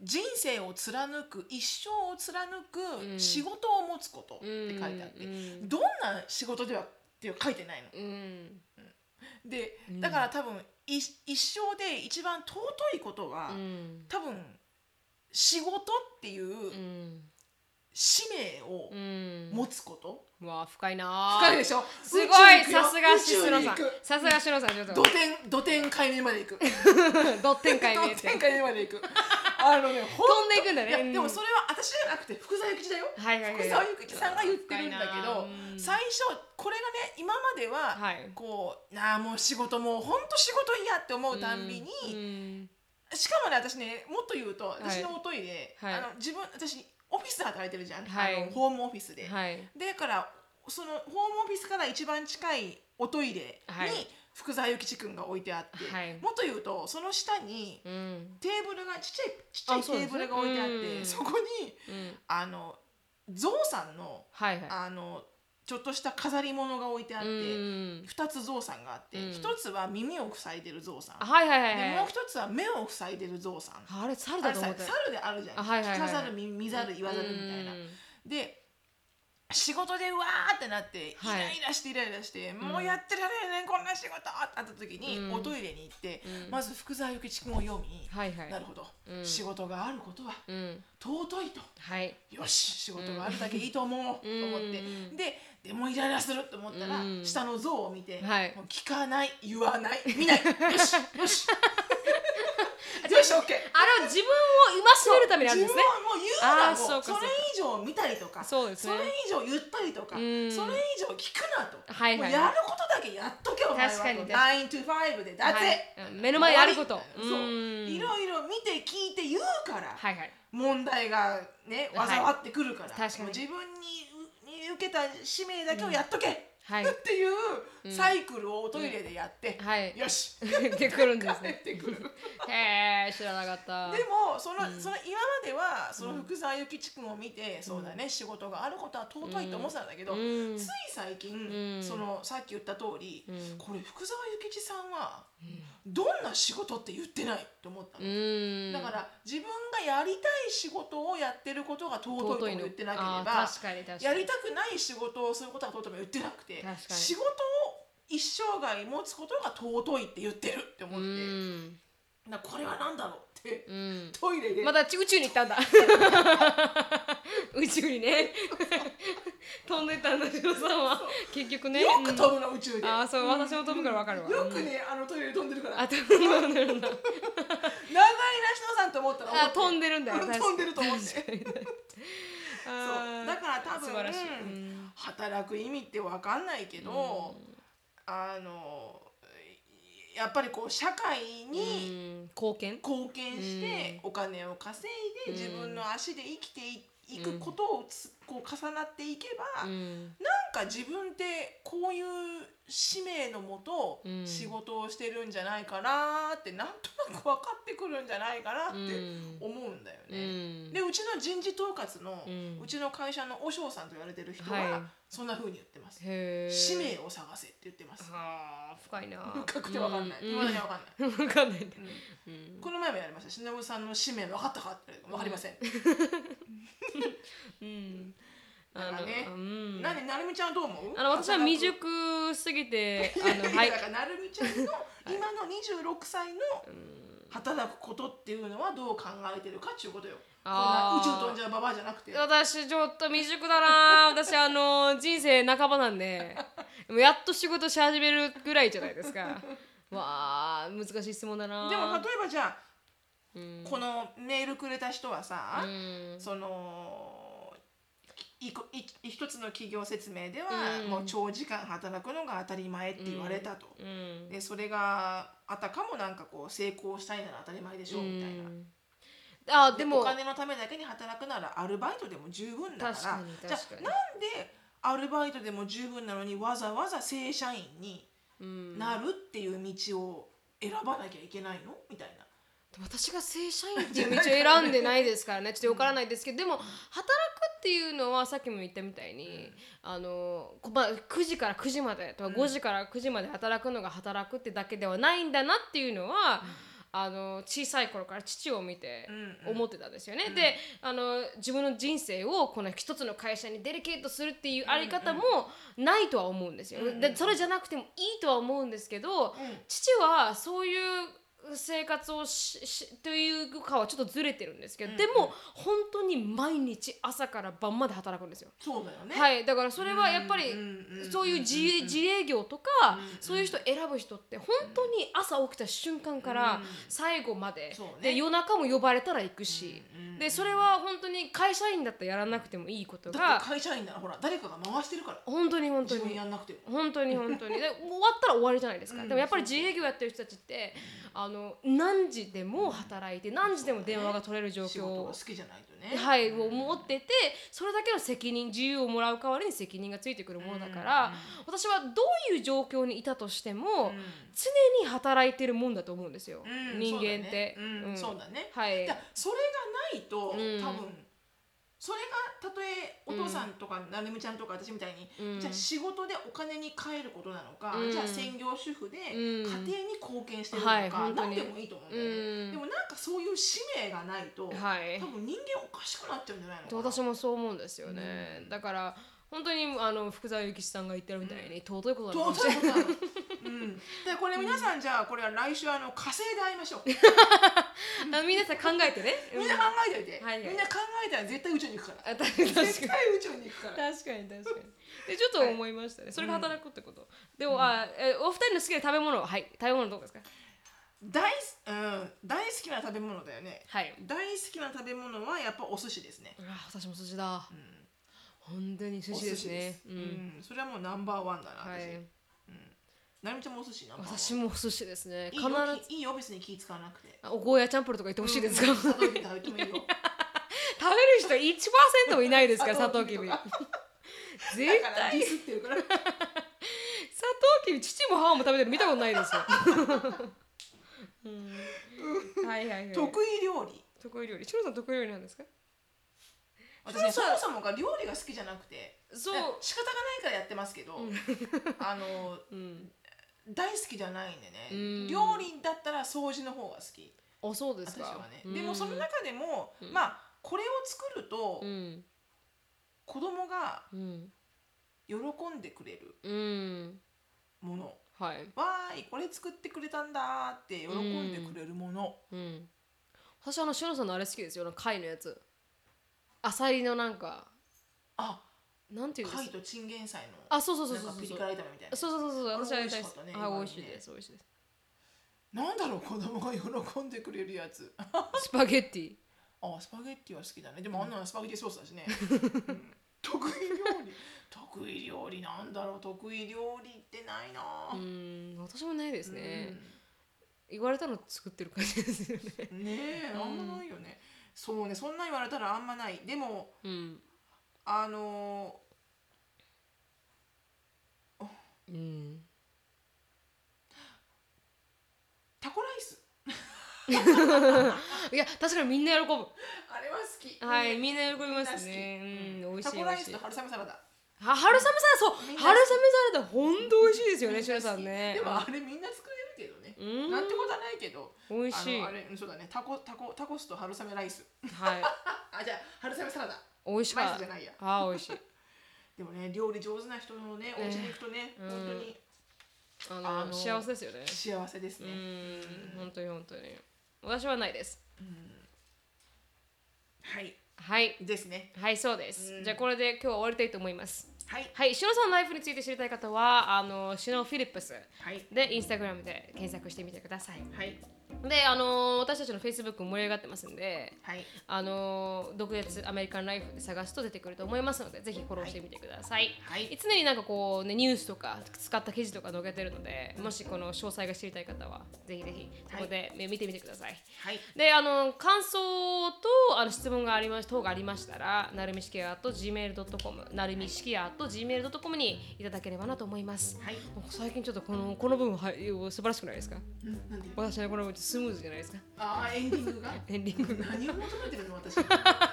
人生を貫く一生を貫く仕事を持つことって書いてあって、うん、どんな仕事ではって書いてないの、うんうん、でだから多分一生で一番尊いことは、うん、多分仕事っていう使命を持つこと、 うわ深いな。 深いでしょ。 すごい、さすがしのさん、さすがしのさん、ちょっと土天土天海面まで行くドッテン海面土天海面まで行くあのね、 飛んでいくんだね。 いやでもそれは私じゃなくて福沢諭吉だよ、 はいはいはい、 福沢諭吉さんが言ってるんだけど、最初これがね今までは、はい、こうなあもう仕事もうほんと仕事嫌って思うたんびに、うん、しかもね私ねもっと言うと私のおトイレ、はい、あの自分私オフィスで働いてるじゃん、はい、あのホームオフィスで、はい、だからそのホームオフィスから一番近いおトイレに福沢諭吉くんが置いてあって、はい、もっと言うとその下にテーブルがちっちゃいちっちゃいテーブルが置いてあって、 そ, そこに、うん、あのゾウさんの、はいはい、あのちょっとした飾り物が置いてあって、ふたつゾウさんがあって、ひとつは耳を塞いでるゾウさん、はいはいはいはい、でもうひとつは目を塞いでるゾウさん、 あれ猿だと思った。 猿であるじゃん、はいはいはい、聞かざる見ざる言わざるみたいな。で仕事でうわーってなってイライラしてイライラして、はい、もうやってられない、ね、こんな仕事ってあった時に、うん、おトイレに行って、うん、まず福沢諭吉君を読み、はいはい、なるほど、うん、仕事があることは、うん、尊いと、はい、よし仕事があるだけいいと思う、うん、と思って、うん、ででもイライラすると思ったら、うん、下の像を見て、はい、もう聞かない言わない見ないよしよしよし OK。 あれは自分を戒めるためにあるんですね。 自分はもう言うな、もうそれ以上見たりとか、そうですね、それ以上言ったりとか、それ以上聞くなと、はいはい、もうやることだけやっとけお前はと、ナイン to ファイブでだって、 はい、目の前やること、 そういろいろ見て聞いて言うから、はいはい、問題がね災ってくるから、はい、もう自分に受けた使命だけをやっとけ、うんはい、っていうサイクルをトイレでやって、うんはい、よしってくるんですね。 帰ってくるへえ知らなかった。 でもその、うん、その今まではその福沢諭吉君を見て、うん、そうだね仕事があることは尊いと思ってたんだけど、うん、つい最近、うん、そのさっき言った通り、うん、これ福沢諭吉さんはどんな仕事って言ってないと思ったの、うん、だから自分がやりたい仕事をやってることが尊いとも言ってなければ、確かに確かにやりたくない仕事をすることが尊いとも言ってなくて、仕事を一生涯持つことが尊いって言ってるって思って、うん、だこれは何だろうって、うん、トイレでまた宇宙に行ったんだ宇宙にね飛んでたんだしのさんは結局ねよく飛ぶの、うん、宇宙で。 あそう私も飛ぶから分かるわ、 よくねあのトイレで飛んでるからあ飛んでるんだ長いなしのさんと思ったらあ飛んでるんだよ飛んでると思ってそうだから多分、うん、働く意味って分かんないけど、うん、あのやっぱりこう社会に貢献貢献してお金を稼いで自分の足で生きていくことをこう重なっていけば、なんか自分ってこういう使命のもと仕事をしてるんじゃないかなってなんとなく分かってくるんじゃないかなって思うんだよね。でうちの人事統括のうちの会社の和尚さんと言われてる人はそんな風に言ってます。使命を探せって言ってます。 はあ深いな。 深くて分かんない。今だに分かんない。 分かんない。 この前もやりました。しのぶさんの使命分かったかって分かりません。うん。だからね、うん、なになるみちゃんはどう思う？ あの私は未熟すぎてあのはい。だからなるみちゃんの今のにじゅうろくさいの働くことっていうのはどう考えてるかっていうことよ。こんな宇宙飛んじゃうババアじゃなくて。 私ちょっと未熟だな。私あの人生半ばなんで、やっと仕事し始めるぐらいじゃないですか。わあ難しい質問だな。 でも例えばじゃあ、うん、このメールくれた人はさ、うん、そのい一つの企業説明では、うん、もう長時間働くのが当たり前って言われたと、うん、でそれがあたかもなんかこう成功したいなら当たり前でしょ、うん、みたいな。あでもお金のためだけに働くならアルバイトでも十分だから、じゃあなんでアルバイトでも十分なのにわざわざ正社員になるっていう道を選ばなきゃいけないのみたいな。 私が正社員っていう道を選んでないですからねちょっと分からないですけど、でも働くっていうのはさっきも言ったみたいに、うん、あのまあ、くじからくじまでとかごじからくじまで働くのが働くってだけではないんだなっていうのは、うん、あの小さい頃から父を見て思ってたんですよね、うんうん、であの自分の人生をこの一つの会社にデリケートするっていうあり方もないとは思うんですよ、うんうん、でそれじゃなくてもいいとは思うんですけど、うん、父はそういう生活をししというかはちょっとずれてるんですけど、 うん、 でも本当に毎日朝から晩まで働くんですよ。 そうだよね。 はい、だからそれはやっぱりそういう自営、自営業とか、うん、そういう人選ぶ人って本当に朝起きた瞬間から最後まで、うん、で夜中も呼ばれたら行くし、うん、でそれは本当に会社員だったらやらなくてもいいことが、 だって会社員ならほら誰かが回してるから、 本当に本当に自分やんなくても本当に本当にで終わったら終わりじゃないですか、うん、でもやっぱり自営業やってる人たちって、うん、あの何時でも働いて何時でも電話が取れる状況を、 仕事が好きじゃないとね、 はい、を持ってて、それだけの責任、自由をもらう代わりに責任がついてくるものだから、うん、私はどういう状況にいたとしても、うん、常に働いてるもんだと思うんですよ、うん、人間って。 そうだね、 はい、 それがないと、うん、多分それがたとえお父さんとか、うん、なるみちゃんとか私みたいに、うん、じゃあ仕事でお金に換えることなのか、うん、じゃあ専業主婦で家庭に貢献してるのか、うん、何でもいいと思うんだよね、うん、でもなんかそういう使命がないと、はい、多分人間おかしくなっちゃうんじゃないのかな。 私もそう思うんですよね、うん、だから本当にあの福沢諭吉さんが言ってるみたいに、うん、尊いことなのかもしれない。 うん、でこれ皆さん、じゃあこれは来週あの火星で会いましょう。 あ皆さん考えてね。 みんな考えておいて、はいはい、みんな考えたら絶対宇宙に行くから。 あ確かに絶対宇宙に行くから。 確かに確かに。でちょっと思いましたね。はい、それが働くってこと。うん、でも、あえお二人の好きな食べ物は、はい、食べ物どうですか。 大, うん、大好きな食べ物だよね、 はい、 大好きな食べ物はやっぱお寿司ですね。 あ私も寿司だ、うん、本当に寿司ですね。 うんうん、それはもうナンバーワンだな、はい、うん、なるみちゃんもお寿司ナンバーワン。 私もお寿司ですね。 必ずいいよ別に気使わなくて。 おゴーヤチャンプルとか言ってほしいですか。 サトウキビ食べてもいいよ。 食べる人 いちパーセント もいないですからサトウキビ。絶対ディスってるから。 サトウキビ父も母も食べてる見たことないですよ。うん、はいはいはい。 得意料理。 得意料理。しのさん得意料理なんですか。 私ね、そもそもが料理が好きじゃなくて、 そう仕方がないからやってますけど、うん、あの、うん、大好きじゃないんでね、うん、料理だったら掃除の方が好き。 あ、そうですか。 私はね。でもその中でも、うん、まあこれを作ると、うん、子供が喜んでくれるもの。はい、わーいこれ作ってくれたんだって喜んでくれるもの、うんうん、 私あのしのさんのあれ好きですよ、貝のやつ、アサリのなんかあなんていうんですか、 貝とチンゲン菜のあそうそうそうそうなんかピリ辛炒めみたいな、 そうそうそうそう、私はやりたいです。 ね、 あ美味しいです美味しいです。 なんだろう子供が喜んでくれるやつスパゲッティ。 あスパゲッティは好きだね。でもあんなのスパゲッティソースだしね、うん、得意料理得意料理なんだろう、得意料理ってないな。 うん、私もないですね、うん、言われたの作ってる感じですよね。 ねえ、あんまないよね、うん、そうね、そんな言われたらあんまない。でも、うん、あのー、うん、タコライスいや確かにみんな喜ぶ。 あれは好き。 はい、みんな喜びますね。うん、美味しい。 タコライスと春雨サラダ。 は春雨サラダ、そう、春雨サラダ本当美味しいですよね、しゅらさんね。 でもあれみんな作れるけどね。うん、なんてことはないけど。 美味しい。 あれそうだね、タコタコタコスと春雨ライス。 はい。 あじゃあ春雨サラダ。 美味しい。ライスじゃないや。 あ美味しい。 でもね、料理上手な人のね、お家に行くとね、本当にあの幸せですよね。 幸せですね。うん、 本当に本当に。私はないです。うん、 はい。 はい。 ですね。 はい、そうです。じゃあこれで今日は終わりたいと思います。 はい。 はい。しのさんのライフについて知りたい方は、あのしのフィリップスでインスタグラムで検索してみてください。 はい。 で、あのー、私たちの Facebook も盛り上がってますんで、 はい、 あのー、独立アメリカンライフで探すと出てくると思いますので、ぜひフォローしてみてください。はい、常になんかこう、ね、ニュースとか使った記事とか載せてるので、もしこの詳細が知りたい方はぜひぜひそこで見てみてください。はい、で、あの感想とあの質問がありまし等がありましたら、なるみしきや ジーメールドットコム なるみしきや ジーメールドットコム にいただければなと思います。はい、最近ちょっとこのこの部分は素晴らしくないですか？ なんで私はこの部分スムーズじゃないですか？ ああ、エンディングがエンディングが何を求めてるの私何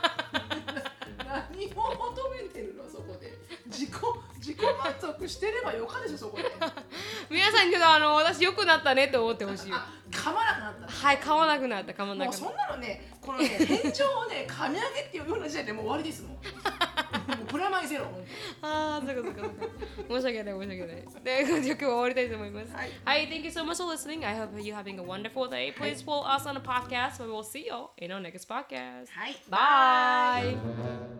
を求めてるのそこで自己自己満足してればよかでしょそこで皆さんにちょっとあの私良くなったねって思ってほしい。 噛まなくなった、 はい、噛まなくなった噛まなくなった。 もうそんなのね、このね返上をね噛み上げっていうような時代でもう終わりですもんもうプラマイゼロ。 ああ、そうかそうかそうか。申し訳ない申し訳ない。で、じゃあ今日は終わりたいと思います。 はい。 はい、thank you so much for listening. I hope you're having a wonderful day. Please follow us on the podcast. We will see you in our next podcast. はい。 Bye.